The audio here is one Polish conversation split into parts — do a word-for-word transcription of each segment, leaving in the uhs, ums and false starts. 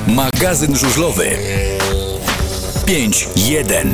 Magazyn żużlowy pięć jeden.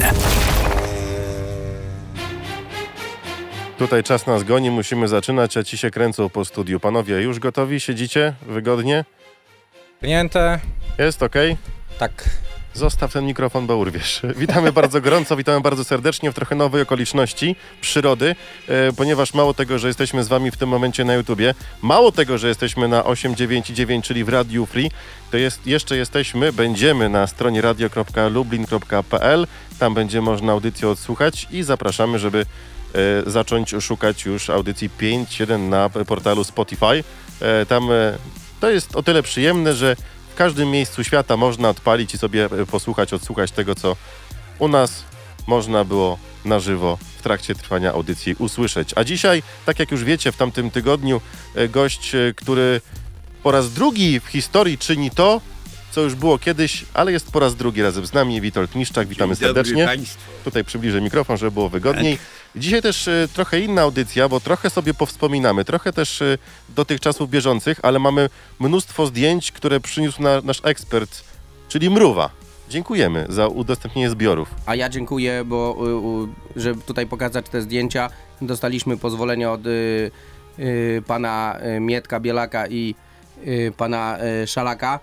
Tutaj czas nas goni, musimy zaczynać, a ci się kręcą po studiu. Panowie, już gotowi? Siedzicie? Wygodnie? Pnięte. Jest okej? Tak. Zostaw ten mikrofon, bo urwiesz. Witamy bardzo gorąco, witamy bardzo serdecznie w trochę nowej okoliczności przyrody, e, ponieważ mało tego, że jesteśmy z wami w tym momencie na YouTubie, mało tego, że jesteśmy na osiem dziewięć dziewięć, czyli w Radiu Free, to jest, jeszcze jesteśmy, będziemy na stronie radio kropka lublin kropka p l, tam będzie można audycję odsłuchać i zapraszamy, żeby e, zacząć szukać już audycji pięć jeden na portalu Spotify. E, tam e, to jest o tyle przyjemne, że w każdym miejscu świata można odpalić i sobie posłuchać, odsłuchać tego, co u nas można było na żywo w trakcie trwania audycji usłyszeć. A dzisiaj, tak jak już wiecie, w tamtym tygodniu gość, który po raz drugi w historii czyni to, co już było kiedyś, ale jest po raz drugi razem z nami, Witold Miszczak. Witamy Dzień serdecznie. dobry państwu. Tutaj przybliżę mikrofon, żeby było wygodniej. Tak. Dzisiaj też y, trochę inna audycja, bo trochę sobie powspominamy, trochę też y, do tych czasów bieżących, ale mamy mnóstwo zdjęć, które przyniósł na, nasz ekspert, czyli Mrówa. Dziękujemy za udostępnienie zbiorów. A ja dziękuję, bo y, y, żeby tutaj pokazać te zdjęcia, dostaliśmy pozwolenie od y, y, pana y, Mietka Bielaka i y, pana y, Szalaka.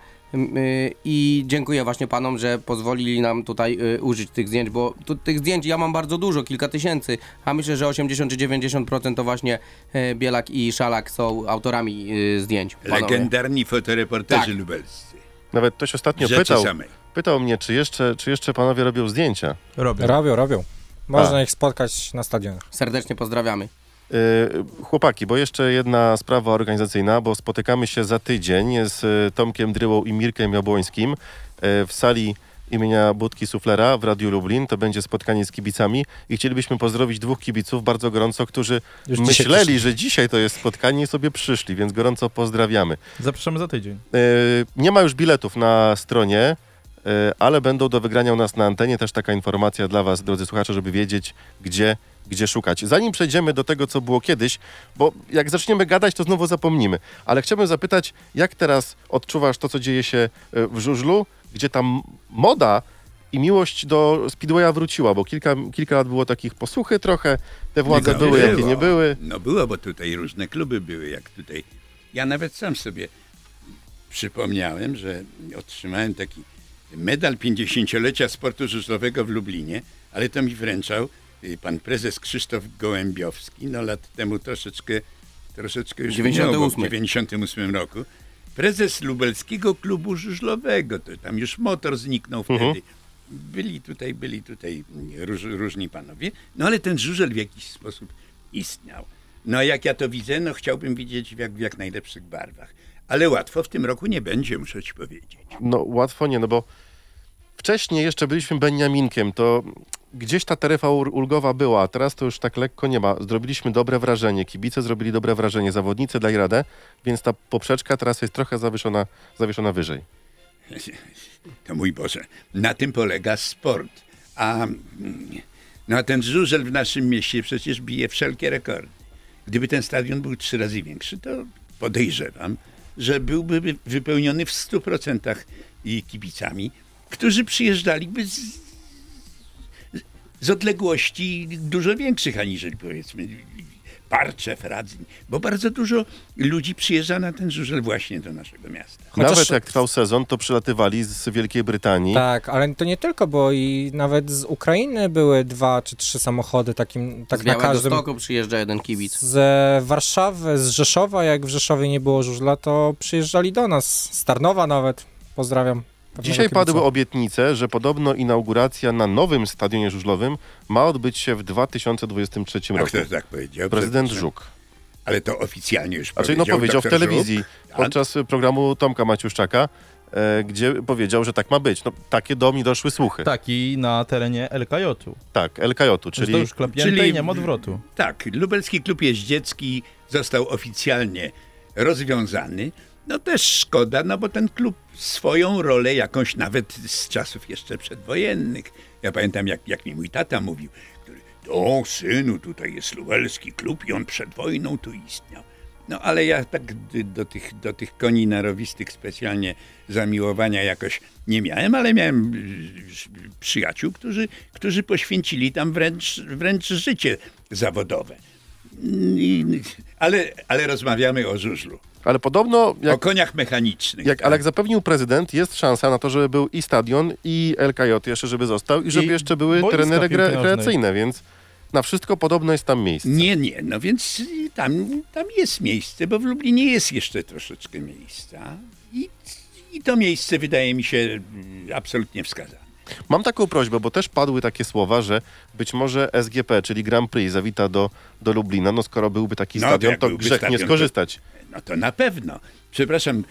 I dziękuję właśnie panom, że pozwolili nam tutaj y, użyć tych zdjęć, bo tu, tych zdjęć ja mam bardzo dużo, kilka tysięcy, a myślę, że osiemdziesiąt czy dziewięćdziesiąt procent to właśnie y, Bielak i Szalak są autorami y, zdjęć. Panowie. Legendarni fotoreporterzy Tak. lubelscy. Nawet ktoś ostatnio Rzeczy pytał, samej. pytał mnie, czy jeszcze, czy jeszcze panowie robią zdjęcia. Robią. Robią, robią. Można A. ich spotkać na stadionach. Serdecznie pozdrawiamy. Yy, chłopaki, bo jeszcze jedna sprawa organizacyjna, bo spotykamy się za tydzień z y, Tomkiem Dryłą i Mirkiem Jabłońskim y, w sali imienia Budki Suflera w Radiu Lublin. To będzie spotkanie z kibicami i chcielibyśmy pozdrowić dwóch kibiców bardzo gorąco, którzy Już dzisiaj myśleli, przyszli. że dzisiaj to jest spotkanie i sobie przyszli, więc gorąco pozdrawiamy. Zapraszamy za tydzień. Yy, nie ma już biletów na stronie, yy, ale będą do wygrania u nas na antenie. Też taka informacja dla was, drodzy słuchacze, żeby wiedzieć, gdzie gdzie szukać. Zanim przejdziemy do tego, co było kiedyś, bo jak zaczniemy gadać, to znowu zapomnimy. Ale chciałbym zapytać, jak teraz odczuwasz to, co dzieje się w żużlu, gdzie tam moda i miłość do speedwaya wróciła, bo kilka, kilka lat było takich posłuchy trochę, te władze No, były, było. jakie nie były. No było, bo tutaj różne kluby były, jak tutaj. Ja nawet sam sobie przypomniałem, że otrzymałem taki medal pięćdziesięciolecia sportu żużlowego w Lublinie, ale to mi wręczał pan prezes Krzysztof Gołębiowski, no lat temu troszeczkę, troszeczkę już dziewięćdziesiątym ósmym. minęło, w dziewięćdziesiątym ósmym roku. Prezes Lubelskiego Klubu Żużlowego, to tam już motor zniknął wtedy. Mhm. Byli tutaj, byli tutaj róż, różni panowie, no ale ten żużel w jakiś sposób istniał. No a jak ja to widzę, no chciałbym widzieć w jak, w jak najlepszych barwach. Ale łatwo w tym roku nie będzie, muszę ci powiedzieć. No łatwo nie, no bo wcześniej jeszcze byliśmy Beniaminkiem, to gdzieś ta taryfa ulgowa była, a teraz to już tak lekko nie ma. Zrobiliśmy dobre wrażenie, kibice zrobili dobre wrażenie, zawodnicy dali radę, więc ta poprzeczka teraz jest trochę zawieszona, zawieszona wyżej. To mój Boże, na tym polega sport. A, no a ten żużel w naszym mieście przecież bije wszelkie rekordy. Gdyby ten stadion był trzy razy większy, to podejrzewam, że byłby wypełniony w stu procentach i kibicami, którzy przyjeżdżaliby z, z odległości dużo większych aniżeli powiedzmy Parczew, Radzyń, bo bardzo dużo ludzi przyjeżdża na ten żużel właśnie do naszego miasta. Chociaż- Nawet jak trwał sezon, to przylatywali z Wielkiej Brytanii. Tak, ale to nie tylko, bo i nawet z Ukrainy były dwa czy trzy samochody takim, tak Z na Białego każdym. Stoku przyjeżdża jeden kibic. Z Warszawy, z Rzeszowa, jak w Rzeszowie nie było żużla, to przyjeżdżali do nas. Z Tarnowa nawet. Pozdrawiam. pewnego Dzisiaj kibica. padły obietnice, że podobno inauguracja na nowym stadionie żużlowym ma odbyć się w dwa tysiące dwudziestym trzecim A roku. kto tak powiedział? Prezydent Przepraszam. Żuk. Ale to oficjalnie już Znaczy, powiedział no powiedział w doktor telewizji Żuk. podczas programu Tomka Maciuszczaka, e, gdzie powiedział, że tak ma być. No, takie do mnie doszły słuchy. Tak, Taki na terenie L K J-u. tak L K J-u, Czyli... czyli to już klapnięte czyli- i nie ma odwrotu. Tak, Lubelski Klub Jeździecki został oficjalnie rozwiązany. No też szkoda, no bo ten klub swoją rolę jakąś nawet z czasów jeszcze przedwojennych. Ja pamiętam, jak, jak mi mój tata mówił, który, o synu, tutaj jest lubelski klub i on przed wojną tu istniał. No ale ja tak do tych, do tych koni narowistych specjalnie zamiłowania jakoś nie miałem, ale miałem y, przyjaciół, którzy, którzy poświęcili tam wręcz, wręcz życie zawodowe. I, ale, ale rozmawiamy o żużlu, Ale podobno, o jak, koniach mechanicznych. jak, tak? ale jak zapewnił prezydent, jest szansa na to, żeby był i stadion, i L K J jeszcze, żeby został, i żeby I jeszcze były boiska tereny piłki rekre- nożnej. rekreacyjne, więc na wszystko podobno jest tam miejsce. Nie, nie, no więc tam, tam jest miejsce, bo w Lublinie jest jeszcze troszeczkę miejsca i, i to miejsce wydaje mi się mm, absolutnie wskazane. Mam taką prośbę, bo też padły takie słowa, że być może S G P, czyli Grand Prix, zawita do, do Lublina. No skoro byłby taki No, to stadion, jak to byłby grzech stadion, nie to- skorzystać. No to na pewno. Przepraszam,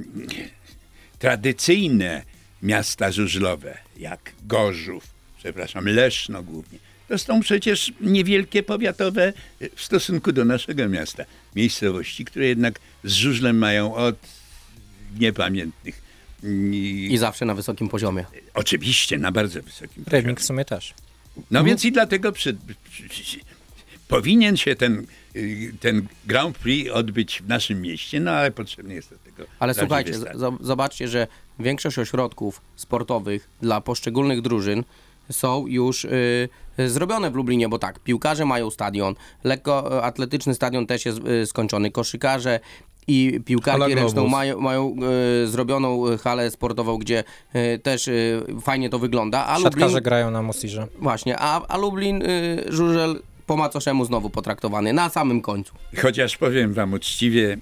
tradycyjne miasta żużlowe, jak Gorzów, przepraszam, Leszno głównie, to są przecież niewielkie powiatowe w stosunku do naszego miasta. Miejscowości, które jednak z żużlem mają od niepamiętnych. I, I zawsze na wysokim poziomie. oczywiście na bardzo wysokim poziomie. Rybnik w sumie też. No więc i dlatego przy, przy, przy, powinien się ten, y, ten Grand Prix odbyć w naszym mieście, no ale potrzebny jest do tego. Ale prawdziwy słuchajcie, stadion. z- zobaczcie, że większość ośrodków sportowych dla poszczególnych drużyn są już y, y, zrobione w Lublinie, bo tak, piłkarze mają stadion, lekkoatletyczny stadion też jest y, skończony, koszykarze i Hala piłkarki ręczną Globus. mają, mają y, zrobioną y, halę sportową, gdzie y, też y, fajnie to wygląda, a Siatkarze Lublin, grają na Musirze. właśnie, a, a Lublin y, żużel po macoszemu znowu potraktowany, na samym końcu. Chociaż powiem wam uczciwie,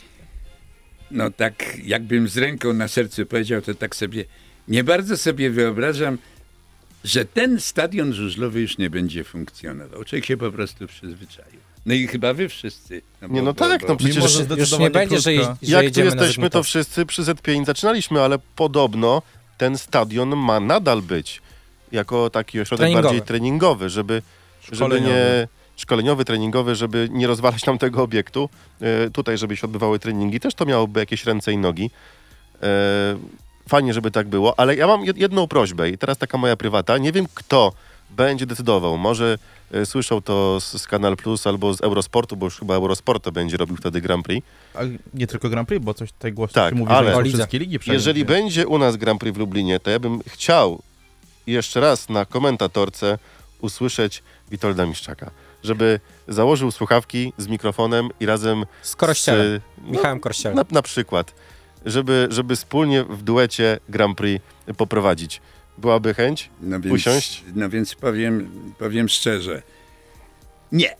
no tak jakbym z ręką na sercu powiedział, to tak sobie, nie bardzo sobie wyobrażam, że ten stadion żużlowy już nie będzie funkcjonował. Człowiek się po prostu przyzwyczaił. No i chyba wy wszyscy. No Nie, no tak, no przecież Mimo, że Już nie zdecydowanie będzie, że, krótka. że Jak tu jedziemy na jesteśmy, to Zygmuntowską. wszyscy przy Z pięć zaczynaliśmy, ale podobno ten stadion ma nadal być jako taki ośrodek Treningowy. bardziej treningowy, żeby, żeby Szkoleniowy. nie... Szkoleniowy, treningowy, żeby nie rozwalać nam tego obiektu. E, tutaj, żeby się odbywały treningi, też to miałoby jakieś ręce i nogi. E, fajnie, żeby tak było, ale ja mam jed- jedną prośbę i teraz taka moja prywata. Nie wiem, kto będzie decydował. Może e, słyszał to z, z Kanal Plus albo z Eurosportu, bo już chyba Eurosport to będzie robił wtedy Grand Prix. A nie tylko Grand Prix, bo coś tutaj głośno Tak, się mówi, ale- że O są lidze. wszystkie ligi przejęte. Jeżeli będzie u nas Grand Prix w Lublinie, to ja bym chciał jeszcze raz na komentatorce usłyszeć Witolda Miszczaka, żeby założył słuchawki z mikrofonem i razem Z Korościelem. z, no, Michałem Korościelem. na, na przykład, żeby, żeby wspólnie w duecie Grand Prix poprowadzić. Byłaby chęć? No więc, Usiąść? No więc powiem, powiem szczerze, nie.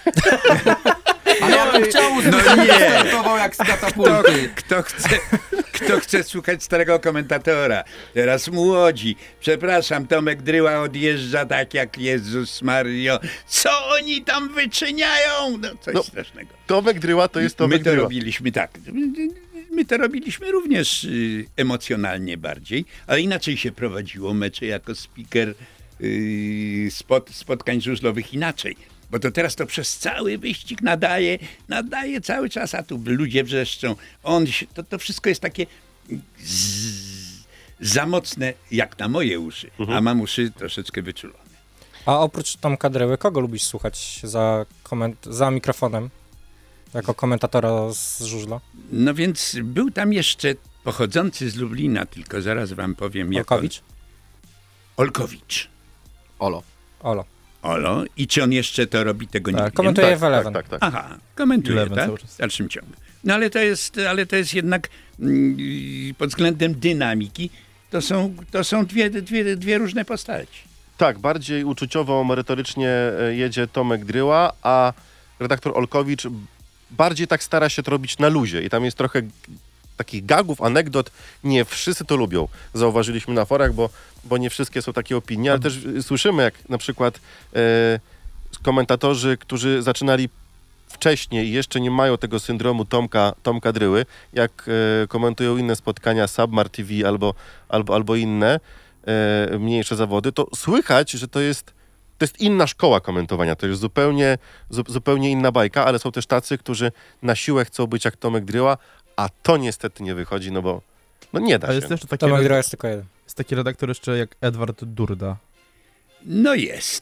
Ale ja bym chciał usłyszeć, No nie. startował jak z Kto, katapulty. kto, chce, kto chce słuchać starego komentatora? Teraz młodzi. Przepraszam, Tomek Dryła odjeżdża tak jak Jezus Mario. Co oni tam wyczyniają? No coś No, strasznego. Tomek Dryła to jest Tomek My to Dryła. robiliśmy tak. My to robiliśmy również y, emocjonalnie bardziej, ale inaczej się prowadziło mecze jako speaker y, spot, spotkań żużlowych inaczej. Bo to teraz to przez cały wyścig nadaje, nadaje cały czas, a tu ludzie wrzeszczą. On się, to, to wszystko jest takie z, za mocne jak na moje uszy, a mam uszy troszeczkę wyczulone. A oprócz Tomka Dryły, kogo lubisz słuchać za, koment- za mikrofonem? Jako komentatora z żużla? No więc był tam jeszcze pochodzący z Lublina, tylko zaraz wam powiem jak on- Olkowicz? Olkowicz. Olo. Olo. Olo. I czy on jeszcze to robi, tego nie Tak, wiem. komentuje Tak, w Eleven. tak, tak, tak. Aha, komentuje, Eleven tak? cały czas. W dalszym ciągu. No ale to jest, ale to jest jednak mm, pod względem dynamiki, to są, to są dwie, dwie, dwie różne postaci. Tak, bardziej uczuciowo, merytorycznie e, jedzie Tomek Dryła, a redaktor Olkowicz bardziej tak stara się to robić na luzie i tam jest trochę g- takich gagów, anegdot. Nie wszyscy to lubią. Zauważyliśmy na forach, bo, bo nie wszystkie są takie opinie, ale też y, słyszymy, jak na przykład e, komentatorzy, którzy zaczynali wcześniej i jeszcze nie mają tego syndromu Tomka, Tomka Dryły, jak e, komentują inne spotkania Submar T V albo, albo, albo inne e, mniejsze zawody, to słychać, że to jest, to jest inna szkoła komentowania, to jest zupełnie, zu, zupełnie inna bajka, ale są też tacy, którzy na siłę chcą być jak Tomek Dryła, a to niestety nie wychodzi, no bo no nie da A się. jest jeszcze taki, Tomek red- Dryła jest tylko jeden. jest taki redaktor jeszcze jak Edward Durda. No jest.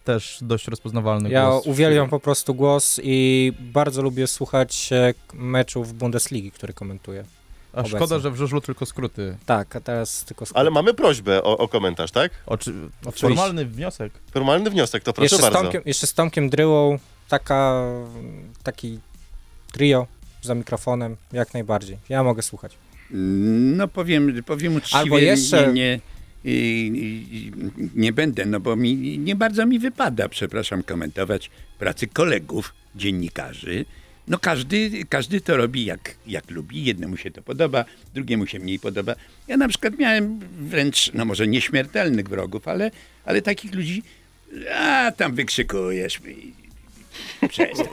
też dość rozpoznawalny Ja głos. uwielbiam po prostu głos i bardzo lubię słuchać e, meczów Bundesligi, który komentuję. A obecnie. szkoda, że w żużlu tylko skróty. Tak, a teraz tylko skrót. Ale mamy prośbę o, o komentarz, tak? Oczy... Oczywiście. Formalny wniosek. Formalny wniosek, to proszę jeszcze, z bardzo. Tomkiem, jeszcze z Tomkiem Dryłą, taka, taki trio za mikrofonem, jak najbardziej. Ja mogę słuchać. No powiem, powiem uczciwie, Albo jeszcze- nie, nie, i- i- nie będę, no bo mi nie bardzo mi wypada, przepraszam, komentować pracy kolegów, dziennikarzy. No każdy, każdy to robi jak, jak lubi, jednemu się to podoba, drugiemu się mniej podoba. Ja na przykład miałem wręcz, no może nieśmiertelnych wrogów, ale, ale takich ludzi, a tam wykrzykujesz i, i przestań.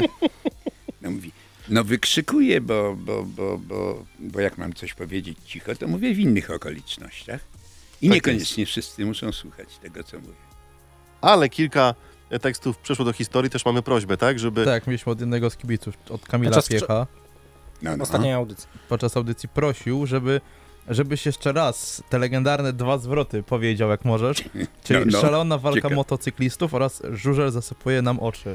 No mówi, no wykrzykuję, bo, bo, bo, bo, bo jak mam coś powiedzieć cicho, to mówię w innych okolicznościach. I Tak niekoniecznie wszyscy muszą słuchać tego, co mówię. Ale kilka tekstów przeszło do historii, też mamy prośbę, tak? Żeby... Tak, mieliśmy od jednego z kibiców, od Kamila Podczas- Piecha. No, no. Ostatniej audycji. Podczas audycji prosił, żeby żebyś jeszcze raz te legendarne dwa zwroty powiedział, jak możesz. Czyli No, no. szalona walka Ciekawe. motocyklistów oraz żużel zasypuje nam oczy.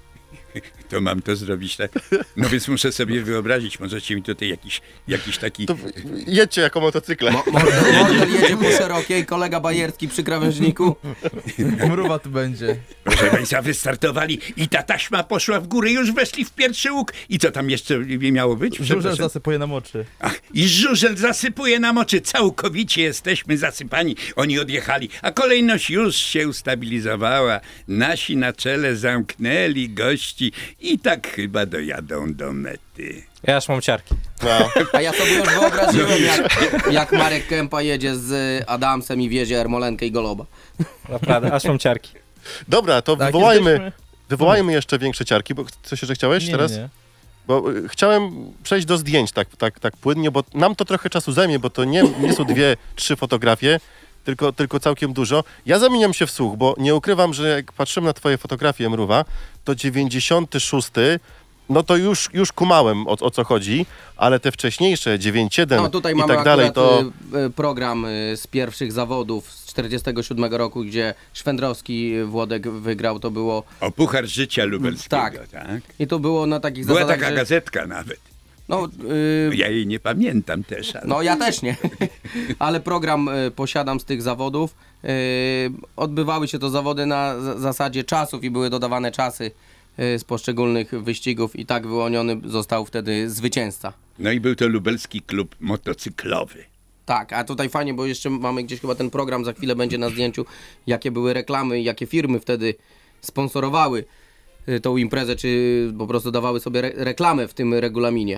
To mam to zrobić tak. No więc muszę sobie wyobrazić, możecie mi tutaj jakiś, jakiś taki... To jedźcie jako motocykle. Mo- Mordel, Mordel jedzie po szerokiej, kolega Bajerski przy krawężniku. Mruwa tu będzie. Proszę Państwa, wystartowali i ta taśma poszła w górę, już weszli w pierwszy łuk. I co tam jeszcze miało być? Żużel Przepraszam. zasypuje nam oczy. Ach, i żużel zasypuje nam oczy, całkowicie jesteśmy zasypani. Oni odjechali, a kolejność już się ustabilizowała. Nasi na czele zamknęli gości i tak chyba dojadą do mety. Ja aż mam ciarki. No. A ja sobie już wyobraziłem, jak, jak Marek Kępa jedzie z Adamsem i wiezie Ermolenkę i Goloba. Naprawdę, aż mam ciarki. Dobra, to Tak, wywołajmy, jesteśmy- wywołajmy jeszcze większe ciarki, bo coś jeszcze chciałeś Nie, teraz? nie, nie. Bo y, chciałem przejść do zdjęć tak, tak, tak płynnie, bo nam to trochę czasu zajmie, bo to nie, nie są dwie, trzy fotografie, tylko, tylko całkiem dużo. Ja zamieniam się w słuch, bo nie ukrywam, że jak patrzyłem na twoje fotografie, Mruwa, to dziewięćdziesiąty szósty, no to już, już kumałem o, o co chodzi, ale te wcześniejsze, dziewięć jeden No tutaj i mamy tak dalej, akurat to... y, y, program y, z pierwszych zawodów z czterdziestego siódmego roku, gdzie Szwendrowski y, Włodek wygrał, to było... O Puchar Życia Lubelskiego, Tak. tak? I to było na takich Była zasadach, taka że... gazetka nawet. No, y, Ja jej nie pamiętam też, ale... no ja też nie, ale program y, posiadam z tych zawodów. Y, odbywały się to zawody na z- zasadzie czasów i były dodawane czasy y, z poszczególnych wyścigów i tak wyłoniony został wtedy zwycięzca. No i był to lubelski klub motocyklowy. Tak, a tutaj fajnie, bo jeszcze mamy gdzieś chyba ten program, za chwilę będzie na zdjęciu, jakie były reklamy, jakie firmy wtedy sponsorowały y, tą imprezę, czy po prostu dawały sobie re- reklamę w tym regulaminie.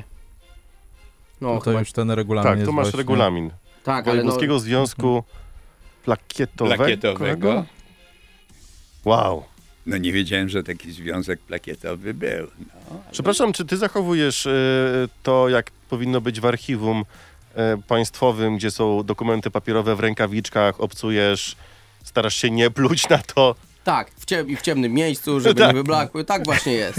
No, No to chyba, już ten regulamin Tak, jest tu masz właśnie. regulamin. tak, ale no, Wojewódzkiego Związku Plakietowego. Plakietowego. Wow. No nie wiedziałem, że taki związek plakietowy był. No. Przepraszam, czy ty zachowujesz y, to, jak powinno być w archiwum y, państwowym, gdzie są dokumenty papierowe w rękawiczkach, obcujesz, starasz się nie pluć na to? tak, w, cie- i w ciemnym miejscu, żeby Tak. nie wyblakły, tak właśnie jest.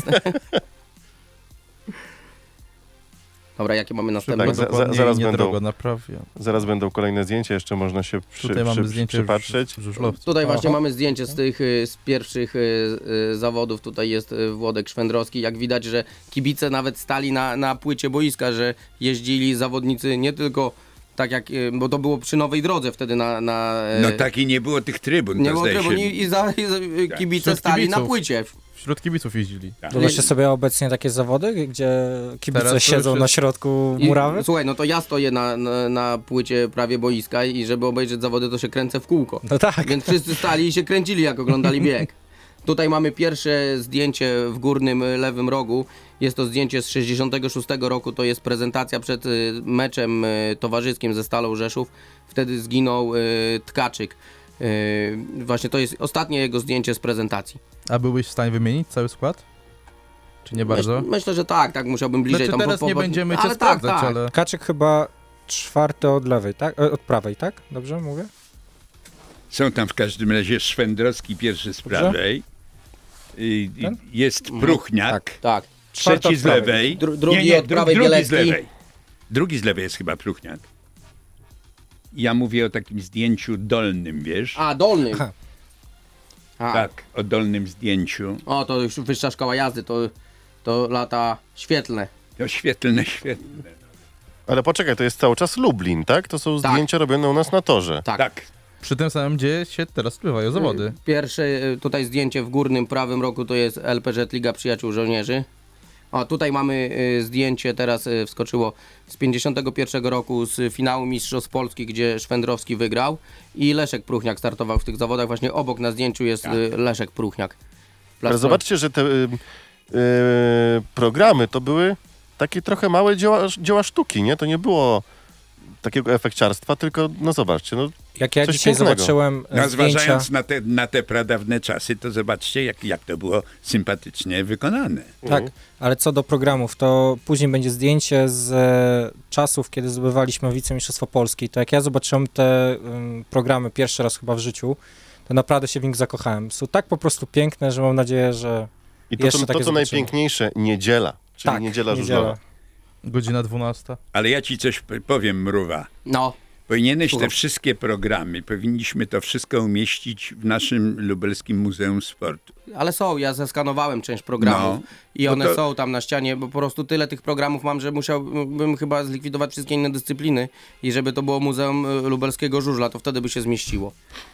Dobra, jakie mamy następne? Tak, za- Dokładnie zaraz i będą. niedrogo naprawia. Zaraz będą kolejne zdjęcia, jeszcze można się przy, Tutaj mamy przy, zdjęcie przypatrzeć. w żużlowcu. Tutaj właśnie Aha. mamy zdjęcie z tych y, z pierwszych y, y, zawodów. Tutaj jest y, Włodek Szwendrowski. Jak widać, że kibice nawet stali na, na płycie boiska, że jeździli zawodnicy nie tylko tak jak, y, bo to było przy Nowej Drodze wtedy na... na y, No tak i nie było tych trybun. nie to było zdaje trybun się- i, i, za, i za, y, kibice Wśród stali na kibiców. płycie. Wśród kibiców jeździli. Wyobraźcie sobie obecnie takie zawody, gdzie kibice Teraz to siedzą już na jest- środku I, murawy? słuchaj, no to ja stoję na, na, na płycie prawie boiska i żeby obejrzeć zawody, to się kręcę w kółko. No tak. Więc wszyscy stali i się kręcili, jak oglądali bieg. Tutaj mamy pierwsze zdjęcie w górnym y, lewym rogu. Jest to zdjęcie z sześćdziesiątego szóstego roku. To jest prezentacja przed y, meczem y, towarzyskim ze Stalą Rzeszów. Wtedy zginął y, Tkaczyk. Y, właśnie to jest ostatnie jego zdjęcie z prezentacji. A byłbyś w stanie wymienić cały skład? Czy nie bardzo? Myśl, myślę, że tak, tak musiałbym bliżej Znaczy tam teraz po- nie po- będziemy cię ale sprawdzać, tak, tak. ale... Kaczyk chyba czwarty od lewej, tak? E, Od prawej, tak? Dobrze mówię? Są tam w każdym razie Szwendrowski pierwszy z Dobrze. prawej. I, i Ten? jest Pruchniak. Tak. Czwarty Trzeci od z prawej. lewej. Dru- drugi nie, nie, od dru- prawej drugi z Bielecki. lewej. Drugi z lewej jest chyba Pruchniak. Ja mówię o takim zdjęciu dolnym, wiesz? A, dolny. Aha. A, Tak, o dolnym zdjęciu. O, to już wyższa szkoła jazdy, to, to lata świetlne. To świetlne, świetne. Ale poczekaj, to jest cały czas Lublin, tak? To są Tak. zdjęcia robione u nas na torze. Tak. Tak. Przy tym samym, gdzie się teraz pływają zawody. Pierwsze y, tutaj zdjęcie w górnym prawym rogu to jest L P Z Liga Przyjaciół Żołnierzy. O, tutaj mamy y, zdjęcie, teraz y, wskoczyło z pięćdziesiątego pierwszego roku z finału Mistrzostw Polski, gdzie Szwendrowski wygrał i Leszek Pruchniak startował w tych zawodach. Właśnie obok na zdjęciu jest Tak. y, Leszek Pruchniak. Ale Plastro- zobaczcie, że te y, y, programy to były takie trochę małe dzieła, dzieła sztuki, nie? To nie było takiego efekciarstwa, tylko no zobaczcie, no Jak ja Coś dzisiaj pięknego. zobaczyłem No, e, zdjęcia, zważając na te, na te pradawne czasy, to zobaczcie, jak, jak to było sympatycznie wykonane. tak, ale co do programów, to później będzie zdjęcie z e, czasów, kiedy zdobywaliśmy wicemistrzostwo Polski. To jak ja zobaczyłem te ym, programy pierwszy raz chyba w życiu, to naprawdę się w nich zakochałem. Są tak po prostu piękne, że mam nadzieję, że i to, Jeszcze to, to takie co zobaczymy. najpiękniejsze, niedziela, czyli tak, niedziela żużlowa. Godzina dwunasta. Ale ja ci coś p- powiem, Mrówa. No, Powinieneś Słucham. te wszystkie programy, powinniśmy to wszystko umieścić w naszym lubelskim Muzeum Sportu. ale są, ja zeskanowałem część programów No, i no one to- są tam na ścianie, bo po prostu tyle tych programów mam, że musiałbym chyba zlikwidować wszystkie inne dyscypliny i żeby to było Muzeum y, Lubelskiego Żużla, to wtedy by się zmieściło.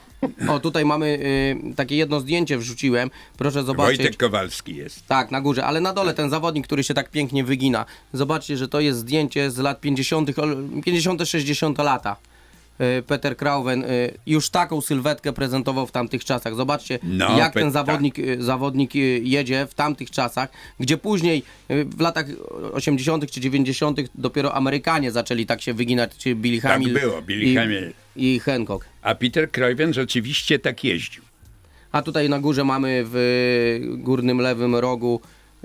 O, tutaj mamy y, takie jedno zdjęcie wrzuciłem, proszę zobaczyć. Wojtek Kowalski jest. Tak, na górze, ale na dole ten zawodnik, który się tak pięknie wygina. Zobaczcie, że to jest zdjęcie z lat pięćdziesiątych, pięćdziesiąte sześćdziesiąte lata. Y, Peter Krauwen y, już taką sylwetkę prezentował w tamtych czasach. Zobaczcie, No, jak ten Pet- zawodnik, y, zawodnik y, jedzie w tamtych czasach, gdzie później y, w latach osiemdziesiątych czy dziewięćdziesiątych dopiero Amerykanie zaczęli tak się wyginać, czy Billy Tak Hamill było, Billy i, Hamill. i Hancock. A Peter Kreuven rzeczywiście tak jeździł. A tutaj na górze mamy w górnym lewym rogu yy,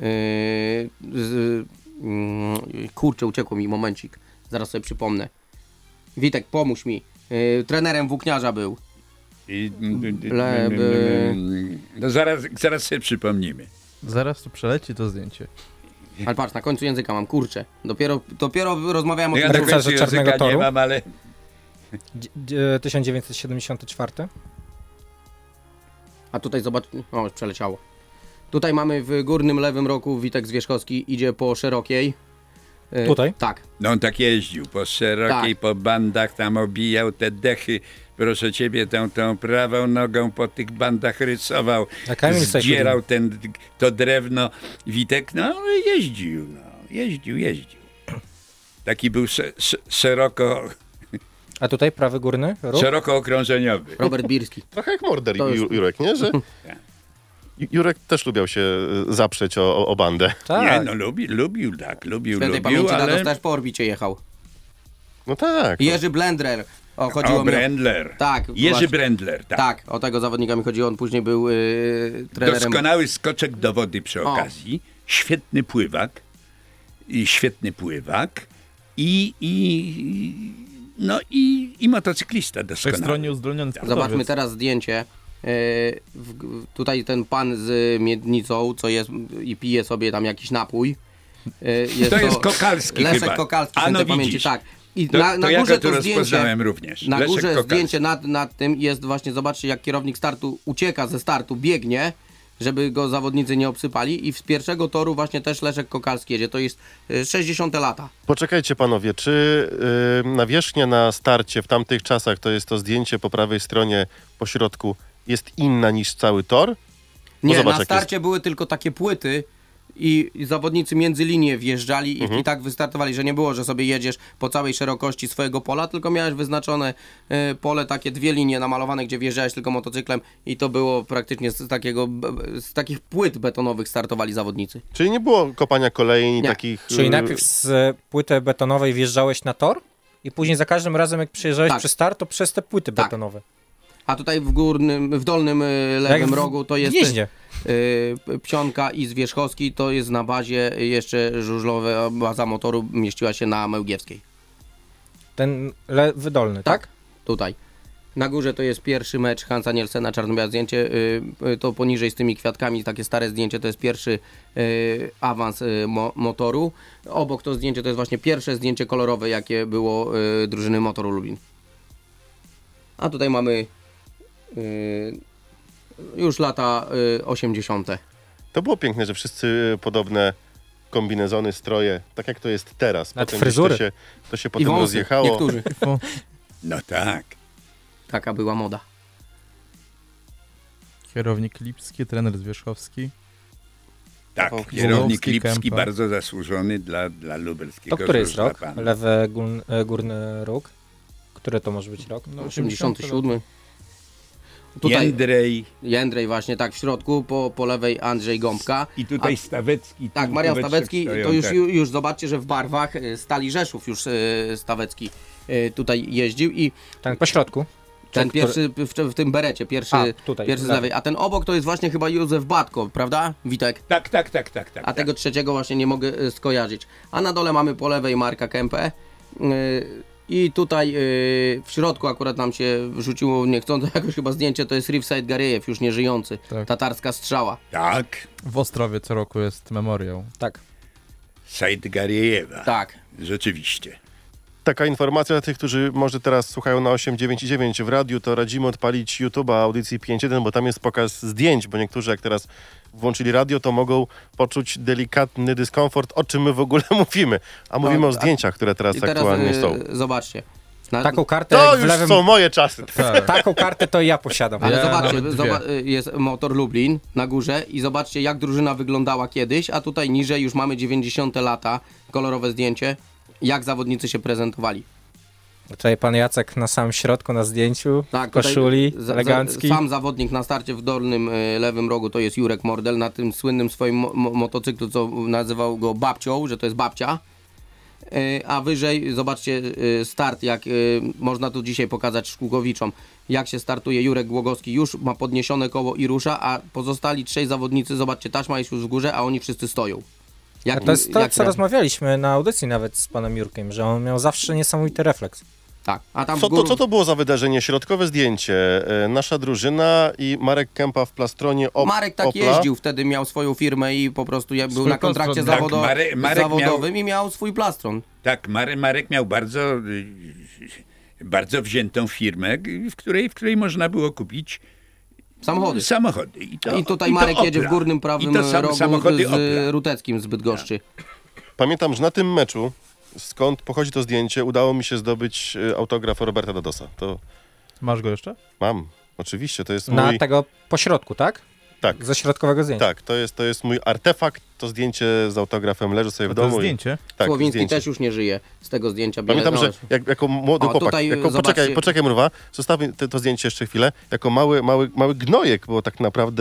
z, yy, kurczę, uciekło mi, momencik, zaraz sobie przypomnę. Witek, pomóż mi. Yy, trenerem włókniarza był. I, Le- by- no zaraz, zaraz sobie przypomnimy. Zaraz tu przeleci to zdjęcie. Ale patrz, na końcu języka mam, kurczę. Dopiero, dopiero rozmawiałem o Ja tym. na Rycerze końcu języka Czarnego nie Toru? mam, ale dzie- dzie- tysiąc dziewięćset siedemdziesiąty czwarty. A tutaj zobacz, o, już przeleciało. Tutaj mamy w górnym lewym rogu Witek Zwierzchowski idzie po szerokiej. Yy, Tutaj? Tak. no on tak jeździł po szerokiej, Tak. po bandach, tam obijał te dechy. Proszę ciebie, tą, tą prawą nogą po tych bandach rysował, A Kamil zdzierał ten, to drewno. Witek, no jeździł, no, jeździł, jeździł. Taki był sze, sze, szeroko, A tutaj prawy górny róg? szeroko okrążeniowy. Robert Birski. Trochę jak Morder To Ju- już- Jurek, nie? Że Ju- Jurek też lubiał się y, zaprzeć o, o, o bandę. Tak. Nie, no lubi, lubił, tak, lubił, Świętej lubił, pamięci ale... ale... też po orbicie jechał. No tak. Jerzy Blendler. O, chodziło O, mi o... Brendler. Tak, Jerzy właśnie. Brendler, tak. Tak, o tego zawodnika mi chodziło, on później był yy, trenerem. Doskonały skoczek do wody przy O. okazji. Świetny pływak. I świetny pływak. I, i, no i, i motocyklista doskonały. Wszechstronnie uzdolniony sportowiec. Zobaczmy teraz zdjęcie. Yy, w, w- tutaj ten pan z miednicą, co jest i pije sobie tam jakiś napój. Yy, jest To jest Kokalski Leszek chyba. Kokalski, A, no świętej pamięci, widzisz. tak. I To, na, to na ja górze go tu to zdjęcie, rozpoznałem również. na Leszek górze Kokalski. zdjęcie nad, nad tym jest właśnie, zobaczcie jak kierownik startu ucieka ze startu, biegnie, żeby go zawodnicy nie obsypali i z pierwszego toru właśnie też Leszek Kokalski jedzie, to jest y, sześćdziesiąte lata. Poczekajcie panowie, czy y, nawierzchnia na starcie w tamtych czasach, to jest to zdjęcie po prawej stronie, po środku, jest inna niż cały tor? Nie, zobacz, na jak starcie były tylko takie płyty i i zawodnicy między linie wjeżdżali i, Mhm. i tak wystartowali, że nie było, że sobie jedziesz po całej szerokości swojego pola, tylko miałeś wyznaczone y, pole, takie dwie linie namalowane, gdzie wjeżdżałeś tylko motocyklem i to było praktycznie z takiego, b- z takich płyt betonowych startowali zawodnicy. Czyli nie było kopania kolei, Nie. takich... Czyli y, najpierw z płyty betonowej wjeżdżałeś na tor i później za każdym razem jak przyjeżdżałeś Tak. przy start, to przez te płyty Tak. betonowe. A tutaj w górnym, w dolnym y, lewym Jak w rogu to jest Gnieźnie. y, Psionka i Zwierzchowski, to jest na bazie jeszcze żużlowa baza motoru mieściła się na Mełgiewskiej. Ten lewy dolny, tak? Tutaj. Na górze to jest pierwszy mecz Hansa Nielsena, czarno-białe zdjęcie, y, y, to poniżej z tymi kwiatkami, takie stare zdjęcie, to jest pierwszy y, awans y, mo, motoru. Obok to zdjęcie to jest właśnie pierwsze zdjęcie kolorowe, jakie było y, drużyny Motoru Lublin. A tutaj mamy y, już lata y, osiemdziesiąte. To było piękne, że wszyscy podobne kombinezony, stroje, tak jak to jest teraz. Nawet Potem fryzury. To się, to się I potem wąsy, rozjechało. niektórzy. No tak. Taka była moda. Kierownik Lipski, trener Zwierzchowski. Tak, Wąsowski, kierownik Lipski Kępa. bardzo zasłużony dla, dla lubelskiego To który jest żużla rok? pana. Lewy górny, górny róg? Który to może być rok? No, osiemdziesiąty siódmy. Tutaj Jędrej Jędrzej właśnie, tak, w środku, po, po lewej Andrzej Gąbka. i tutaj A- Stawecki. Tak, tu Marian we trzech Stawecki, stoją, to już, tak. ju- już zobaczcie, że w barwach y, Stali Rzeszów już y, Stawecki y, tutaj jeździł i Ten po środku? ten Czy który- pierwszy w, w tym berecie, pierwszy, A, tutaj, pierwszy z lewy. lewej, a ten obok to jest właśnie chyba Józef Batko, prawda, Witek? Tak, tak, tak, tak, tak. A tak. tego trzeciego właśnie nie mogę y, skojarzyć. A na dole mamy po lewej Marka Kępę. Y, I tutaj y, w środku akurat nam się wrzuciło niechcąco jakoś chyba zdjęcie, to jest Rifsaid Garejew, już nieżyjący. Tak. Tatarska strzała. Tak, W Ostrowie co roku jest memoriał. Tak. Said Gariejewa. Tak. Rzeczywiście. Taka informacja dla tych, którzy może teraz słuchają na osiem dziewięć dziewięć w radiu, to radzimy odpalić YouTube'a audycji pięć jeden, bo tam jest pokaz zdjęć, bo niektórzy jak teraz włączyli radio, to mogą poczuć delikatny dyskomfort, o czym my w ogóle mówimy. A mówimy No, o a- zdjęciach, które teraz I teraz aktualnie y, są. zobaczcie. Na, Taką kartę To jak w już lewym... są moje czasy. Tak. Taką kartę to ja posiadam. Ale Ja zobaczcie, nawet dwie. zoba- y, jest motor Lublin na górze i zobaczcie jak drużyna wyglądała kiedyś, a tutaj niżej już mamy dziewięćdziesiąte lata, kolorowe zdjęcie, jak zawodnicy się prezentowali. Tutaj pan Jacek na samym środku na zdjęciu, Tak, w koszuli, tutaj za- za- elegancki. Sam zawodnik na starcie w dolnym y, lewym rogu to jest Jurek Mordel na tym słynnym swoim mo- mo- motocyklu, co nazywał go babcią, że to jest babcia. Y, a wyżej zobaczcie y, start, jak y, można tu dzisiaj pokazać Szkółkowiczom, jak się startuje. Jurek Głogowski już ma podniesione koło i rusza, a pozostali trzej zawodnicy, zobaczcie, taśma jest już w górze, a oni wszyscy stoją. Jak, A to jest to, jak co rew- rozmawialiśmy na audycji nawet z panem Jurkiem, że on miał zawsze niesamowity refleks. Tak, a tam Co w to, gór... co to było za wydarzenie? Środkowe zdjęcie. E, Nasza drużyna i Marek Kępa w plastronie Op- Marek tak Opla. jeździł, wtedy miał swoją firmę i po prostu jak był Swój na kontrakcie plastron. zawodo- Tak, Marek- Marek zawodowym i miał swój plastron. Tak, Marek, Marek miał bardzo, y, bardzo wziętą firmę, w której, w której można było kupić Samochody. samochody. I, to, I tutaj i to Marek jedzie w Opla. górnym prawym I to sam, rogu samochody z Opla. Ruteckim z Bydgoszczy. Pamiętam, że na tym meczu, skąd pochodzi to zdjęcie, udało mi się zdobyć e, autograf Roberta Dadosa. To Masz go jeszcze? mam, oczywiście, to jest Na mój... tego pośrodku, tak? Tak, Ze środkowego zdjęcia. tak, to jest, to jest mój artefakt, to zdjęcie z autografem leży sobie w A to jest domu. i- zdjęcie? Tak, Słowiński zdjęcie. też już nie żyje z tego zdjęcia. Pamiętam, No, że jak, jako młody O, chłopak, tutaj jako, zobaczcie- poczekaj, poczekaj mruwa, zostawmy te, to zdjęcie jeszcze chwilę, jako mały, mały, mały gnojek, bo tak naprawdę